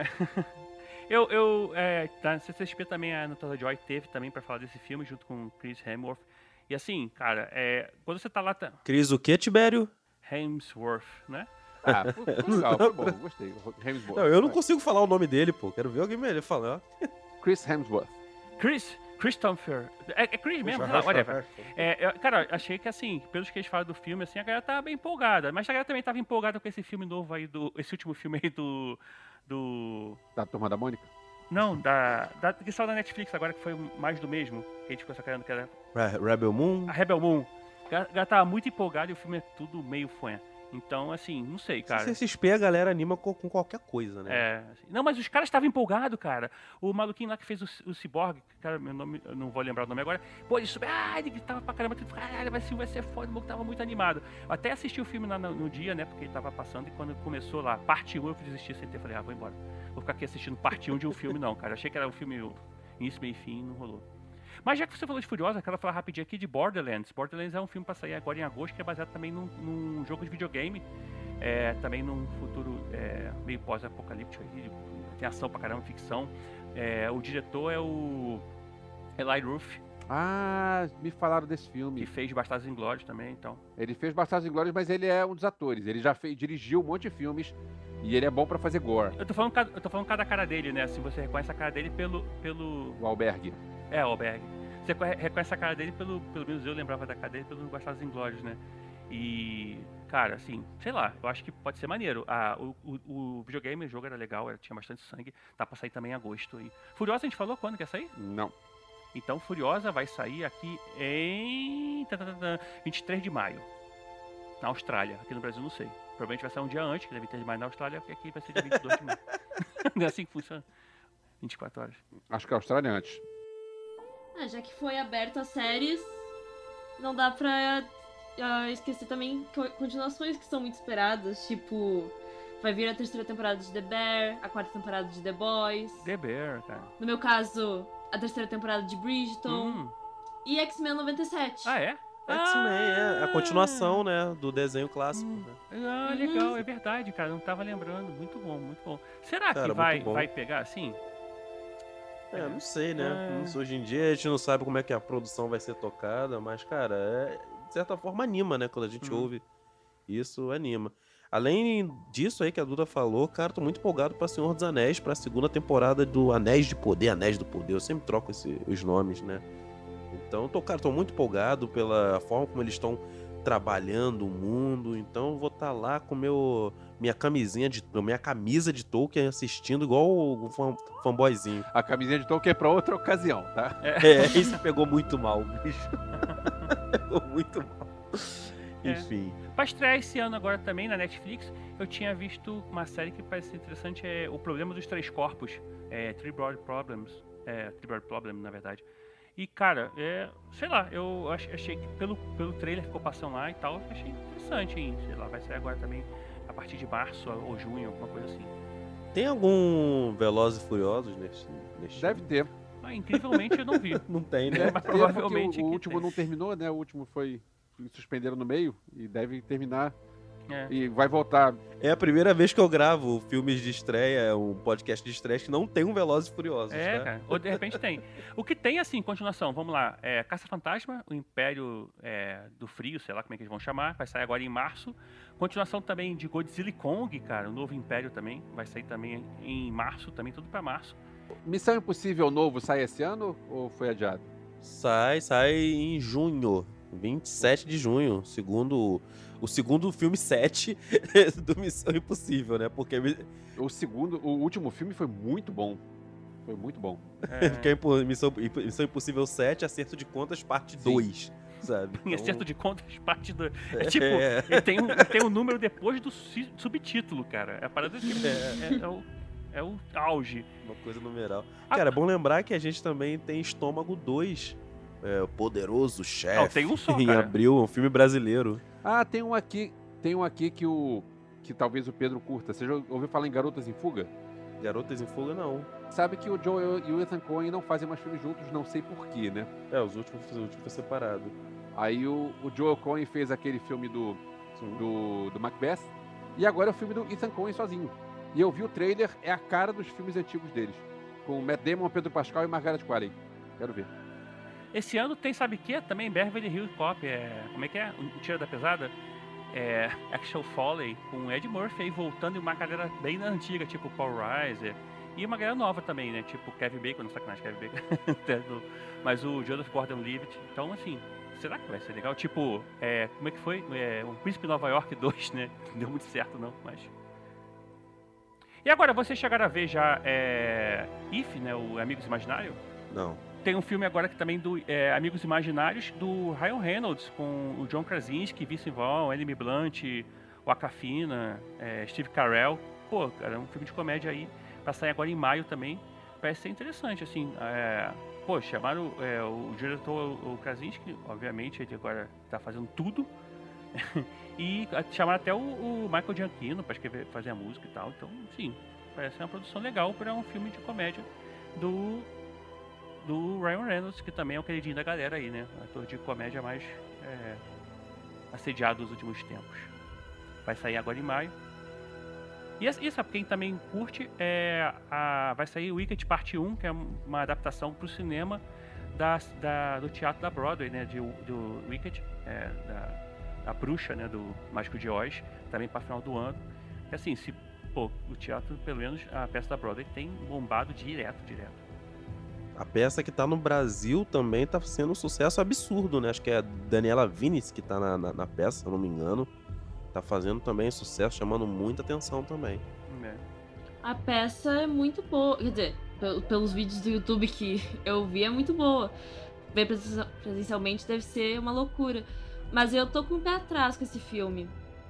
eu, eu, é, tá, C C X P também, a Natasha Joy teve também pra falar desse filme, junto com Chris Hemsworth. E assim, cara, é, quando você tá lá... Tá... Chris o quê, Tibério? Hemsworth, né? Ah, foi legal, foi bom, gostei. Hemsworth. Não, eu não vai. consigo falar o nome dele, pô. Quero ver alguém melhor falar. Chris Hemsworth. Chris, Christopher. É, é Chris mesmo, sei lá, whatever. É, eu, cara, achei que assim, pelos que eles falam do filme, assim, a galera tá bem empolgada. Mas a galera também tava empolgada com esse filme novo aí, do, esse último filme aí do... do... Da Turma da Mônica? Não, da, da que saiu da Netflix agora, que foi mais do mesmo. Que a gente ficou sacando que era Re- Rebel Moon? a Rebel Moon. A galera- a galera tava muito empolgada e o filme é tudo meio fanha. Então, assim, não sei, cara. C C X P a galera anima com, com qualquer coisa, né? É, assim, não, mas os caras estavam empolgados, cara. O maluquinho lá que fez o, o Cyborg, cara, meu nome, eu não vou lembrar o nome agora. Pô, ele subiu, ah, ele gritava pra caramba, tudo, caralho, vai ser, vai ser foda, o maluco tava muito animado. Eu até assisti o filme lá no, no dia, né, porque ele tava passando, e quando começou lá, parte um, eu desisti, sentei e falei, ah, vou embora. Vou ficar aqui assistindo parte um de um filme, não, cara. Achei que era um filme início, meio e fim, não rolou. Mas já que você falou de Furiosa, quero falar rapidinho aqui de Borderlands. Borderlands é um filme pra sair agora em agosto, que é baseado também num, num jogo de videogame. É, também num futuro é, meio pós-apocalíptico aí, tem ação pra caramba, ficção. É, o diretor é o Eli Roth, Ah, me falaram desse que filme. fez Bastardos Inglórios também, então. Ele fez Bastardos Inglórios, mas ele é um dos atores. Ele já fez, dirigiu um monte de filmes e ele é bom pra fazer gore. Eu tô falando, ca- eu tô falando cada cara dele, né? Se você reconhece a cara dele pelo. pelo... O Albergue. É, Alberg. Você reconhe- reconhece a cara dele pelo. Pelo menos eu lembrava da cara dele pelo Bastardos Inglórios, né? E. Cara, assim, sei lá, eu acho que pode ser maneiro. Ah, o, o, o videogame, o jogo era legal, era- tinha bastante sangue. Tá pra sair também em agosto. E... Furiosa, a gente falou quando que ia sair? Não. Então, Furiosa vai sair aqui em tá, tá, tá, tá, vinte e três de maio, na Austrália. Aqui no Brasil, não sei. Provavelmente vai sair um dia antes, que é vinte e três de maio na Austrália, porque aqui vai ser dia vinte e dois de maio. Não é assim que funciona? vinte e quatro horas. Acho que a Austrália é antes. Ah, já que foi aberto as séries, não dá pra ah, esquecer também co- continuações que são muito esperadas. Tipo, vai vir a terceira temporada de The Bear, a quarta temporada de The Boys. The Bear, cara. No meu caso, a terceira temporada de Bridgerton. Hum. E X-Men noventa e sete. Ah, é? X-Men, é a continuação, né, do desenho clássico. Hum. Né? Ah, legal, é verdade, cara. Não tava lembrando. Muito bom, muito bom. Será Cara, que vai, muito bom. vai pegar assim? É, não sei, né? É. Não sei, hoje em dia a gente não sabe como é que a produção vai ser tocada, mas, cara, é, de certa forma anima, né? Quando a gente Hum. ouve isso, anima. Além disso aí que a Duda falou, cara, tô muito empolgado pra Senhor dos Anéis, pra segunda temporada do Anéis de Poder, Anéis do Poder. Eu sempre troco esse- os nomes, né? Então, tô, cara, tô muito empolgado pela forma como eles estão trabalhando o mundo. Então, eu vou estar lá com meu minha camisinha de minha camisa de Tolkien assistindo igual o fan, fanboyzinho. A camisinha de Tolkien é pra outra ocasião, tá? É, isso pegou muito mal, bicho. Pegou muito mal. É. Enfim. Pra estrear esse ano agora também na Netflix, eu tinha visto uma série que parece interessante, é O Problema dos Três Corpos. É Three Broad Problems. É, Three Broad Problem, na verdade. E, cara, é, sei lá, eu ach- achei que pelo, pelo trailer que ficou passando lá e tal, eu achei interessante, hein? Sei lá, vai sair agora também a partir de março ou junho, alguma coisa assim. Tem algum Velozes e Furiosos neste, neste Deve ter. Mas, incrivelmente, eu não vi. Não tem, né? Deve Mas ter, provavelmente porque o, o que último tem. não terminou, né? O último foi... suspenderam no meio e deve terminar. É. E vai voltar. É a primeira vez que eu gravo filmes de estreia, um podcast de estreia que não tem um Velozes e Furiosos, É, tá? cara. Ou de repente tem. O que tem, assim, continuação, vamos lá. É Caça-Fantasma, o Império é, do Frio, sei lá como é que eles vão chamar. Vai sair agora em março. Continuação também de Godzilla e Kong, cara. O novo Império também. Vai sair também em março, também tudo pra março. Missão Impossível novo sai esse ano ou foi adiado? Sai, sai em junho. vinte e sete de junho. Segundo, o segundo filme sete do Missão Impossível, né? Porque, O segundo, o último filme foi muito bom. Foi muito bom. É, porque é impo- Missão, Missão Impossível sete, Acerto de Contas, parte Sim. dois. Sabe? em Então, acerto de contas, parte do... É tipo, É. ele tem um, tem um número depois do si- subtítulo, cara. É a parada que... É, é o, é o auge. Uma coisa numeral. Ah, Cara, é bom lembrar que a gente também tem Estômago dois. É, o Poderoso Chefe. Não, tem um só, Em cara. abril, um filme brasileiro. Ah, tem um aqui, tem um aqui que o que talvez o Pedro curta. Você já ouviu falar em Garotas em Fuga? Garotas em Fuga, não. Sabe que o Joel e o Ethan Coen não fazem mais filmes juntos, não sei porquê, né? É, os últimos, os últimos foi separado. Aí o, o Joel Coen fez aquele filme do, do, do Macbeth, e agora é o filme do Ethan Coen sozinho. E eu vi o trailer, é a cara dos filmes antigos deles. Com Matt Damon, Pedro Pascal e Margaret Qualley. Quero ver. Esse ano tem, sabe o que? Também Beverly Hills Cop, é... Como é que é? O Tira da Pesada? É... Actual Foley, com Ed Murphy aí voltando e uma galera bem na antiga, tipo Paul Reiser. E uma galera nova também, né? Tipo Kevin Bacon, não sacanagem, Kevin Bacon. Mas o Joseph Gordon-Levitt. Então, assim, será que vai ser legal? Tipo, é... como é que foi? É... O Príncipe Nova York dois, né? Não deu muito certo, não, mas... E agora, vocês chegaram a ver já é... If, né? O Amigos Imaginários? Não. Tem um filme agora que também do é, Amigos Imaginários do Ryan Reynolds com o John Krasinski, Vince Vaughn, Emily Blunt, o Awkwafina, é, Steve Carell. Pô, cara, é um filme de comédia aí pra sair agora em maio também. Parece ser interessante, assim. É, pô, chamaram é, o diretor, o Krasinski, obviamente, ele agora tá fazendo tudo. E chamaram até o, o Michael Giacchino pra escrever, fazer a música e tal. Então, sim, parece uma produção legal para um filme de comédia do... do Ryan Reynolds, que também é o queridinho da galera aí, né? Ator de comédia mais é, assediado nos últimos tempos. Vai sair agora em maio. E isso, quem também curte, é a, vai sair o Wicked Parte um, que é uma adaptação para o cinema da, da, do teatro da Broadway, né? De, do Wicked, é, da, da bruxa, né? Do Mágico de Oz, também para final do ano. E assim, se, pô, o teatro, pelo menos a peça da Broadway, tem bombado direto, direto. A peça que tá no Brasil também tá sendo um sucesso absurdo, né? Acho que é a Daniela Vinicius que tá na, na, na peça, se eu não me engano. Tá fazendo também sucesso, chamando muita atenção também. É. A peça é muito boa, quer dizer, pelos vídeos do YouTube que eu vi, é muito boa. Ver presencialmente deve ser uma loucura. Mas eu tô com o pé atrás com esse filme.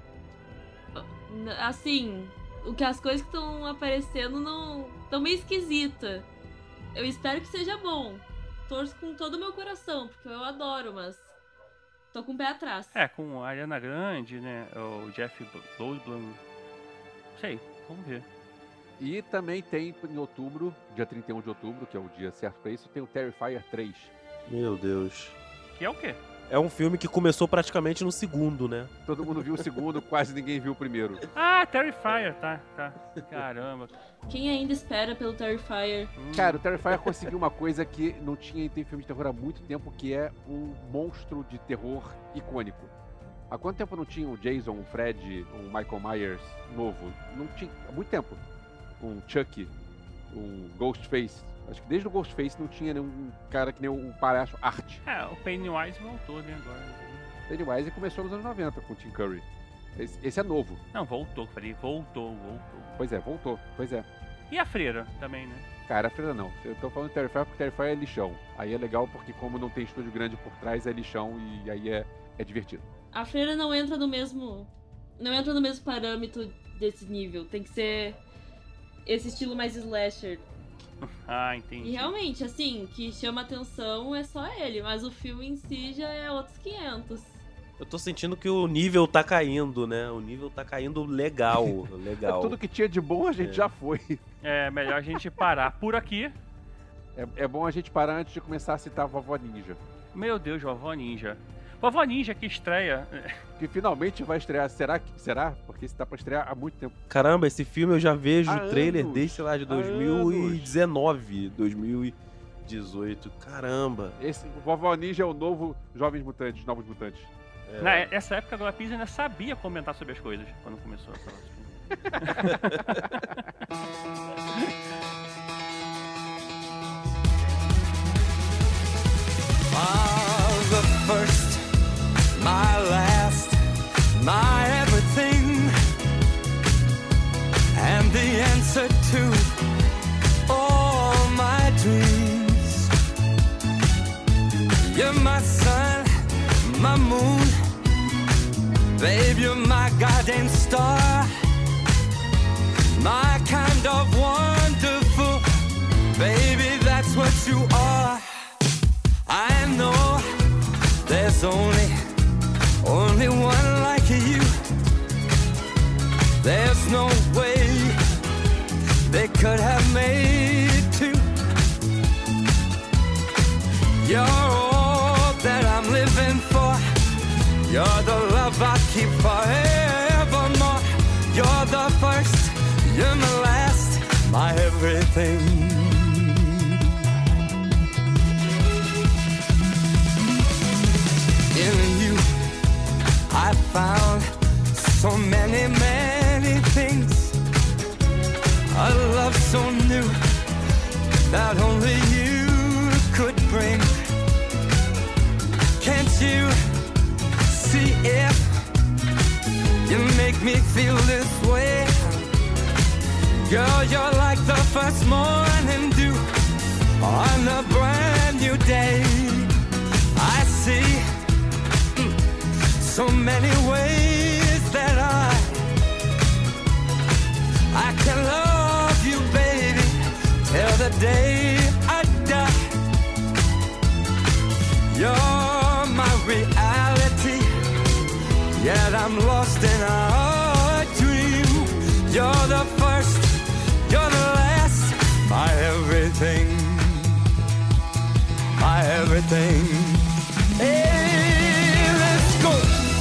Assim, o que as coisas que estão aparecendo não... tão meio esquisita. Eu espero que seja bom. Torço com todo o meu coração, porque eu adoro, mas tô com o pé atrás. É, com a Ariana Grande, né? O Jeff Goldblum. Sei, vamos ver. E também tem em outubro, dia trinta e um de outubro, que é o dia certo pra isso, tem o Terrifier três. Meu Deus. Que é o quê? É um filme que começou praticamente no segundo, né? Todo mundo viu o segundo, quase ninguém viu o primeiro. Ah, Terrifier, tá, tá. Caramba. Quem ainda espera pelo Terrifier? Hum. Cara, o Terrifier conseguiu uma coisa que não tinha em filme de terror há muito tempo, que é um monstro de terror icônico. Há quanto tempo não tinha o Jason, o Fred, o Michael Myers novo? Não tinha, há muito tempo. Um Chucky, um Ghostface. Acho que desde o Ghostface não tinha nenhum cara que nem o palhaço Art. É, o Pennywise voltou, né, agora. Pennywise começou nos anos noventa com o Tim Curry. Esse, esse é novo. Não, voltou, falei, voltou, voltou. Pois é, voltou, pois é. E a Freira também, né? Cara, a Freira não. Eu tô falando Terrifier porque Terrifier é lixão. Aí é legal porque como não tem estúdio grande por trás, é lixão e aí é, é divertido. A Freira não entra no mesmo... Não entra no mesmo parâmetro desse nível. Tem que ser esse estilo mais slasher. Ah, entendi. E realmente, assim, que chama atenção é só ele, mas o filme em si já é outros quinhentos. Eu tô sentindo que o nível tá caindo, né? O nível tá caindo legal, legal. É tudo que tinha de bom a gente É. já foi. É, melhor a gente parar por aqui. É, é bom a gente parar antes de começar a citar a Vovó Ninja. Meu Deus, Vovó Ninja. Vovó Ninja que estreia... Que finalmente vai estrear. Será que será? Porque isso tá pra estrear há muito tempo. Caramba, esse filme eu já vejo Há o trailer anos. desde, sei lá, de Há dois mil e dezenove, dois mil e dezoito. Caramba. Esse o Vovó Ninja é o novo Jovens Mutantes, Novos Mutantes. É. Nessa época a Glória Pires ainda sabia comentar sobre as coisas quando começou a falar assim. Ah, the first, my last, my everything, and the answer to all my dreams. You're my sun, my moon, babe, you're my goddamn star, my kind of wonderful, baby, that's what you are. I know there's only, only one like you. There's no way they could have made two. You're all that I'm living for. You're the love I keep forevermore. You're the first, you're my last, my everything. that only you could bring. Can't you see if you make me feel this way? Girl, you're like the first morning dew on a brand new day. I see so many ways that I I can love you, baby, till the day I die. You're my reality, yet I'm lost in a dream. You're the first, you're the last, my everything, my everything. Hey, let's go.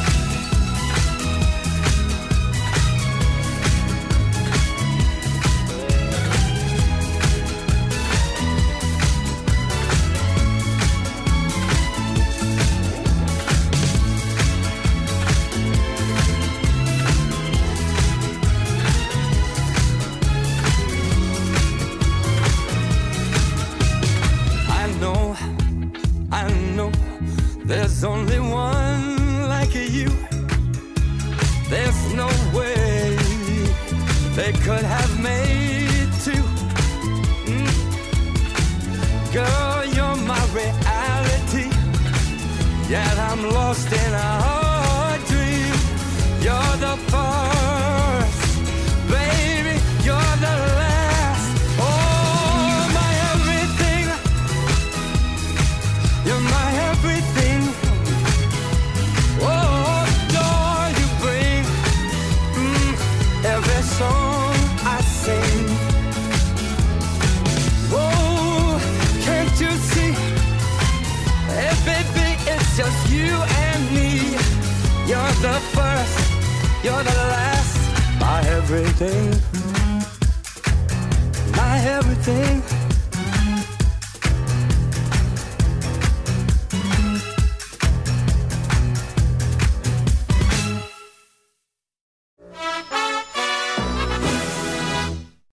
There's only one like you. There's no way they could have made two. Mm. Girl, you're my reality, yet I'm lost in a dream. You're the first, baby, you're the last. Oh, my everything, you're my everything. Oh, joy you bring, mm, every song I sing. Oh, can't you see? Hey, baby, it's just you and me. You're the first, you're the last, my everything, my everything.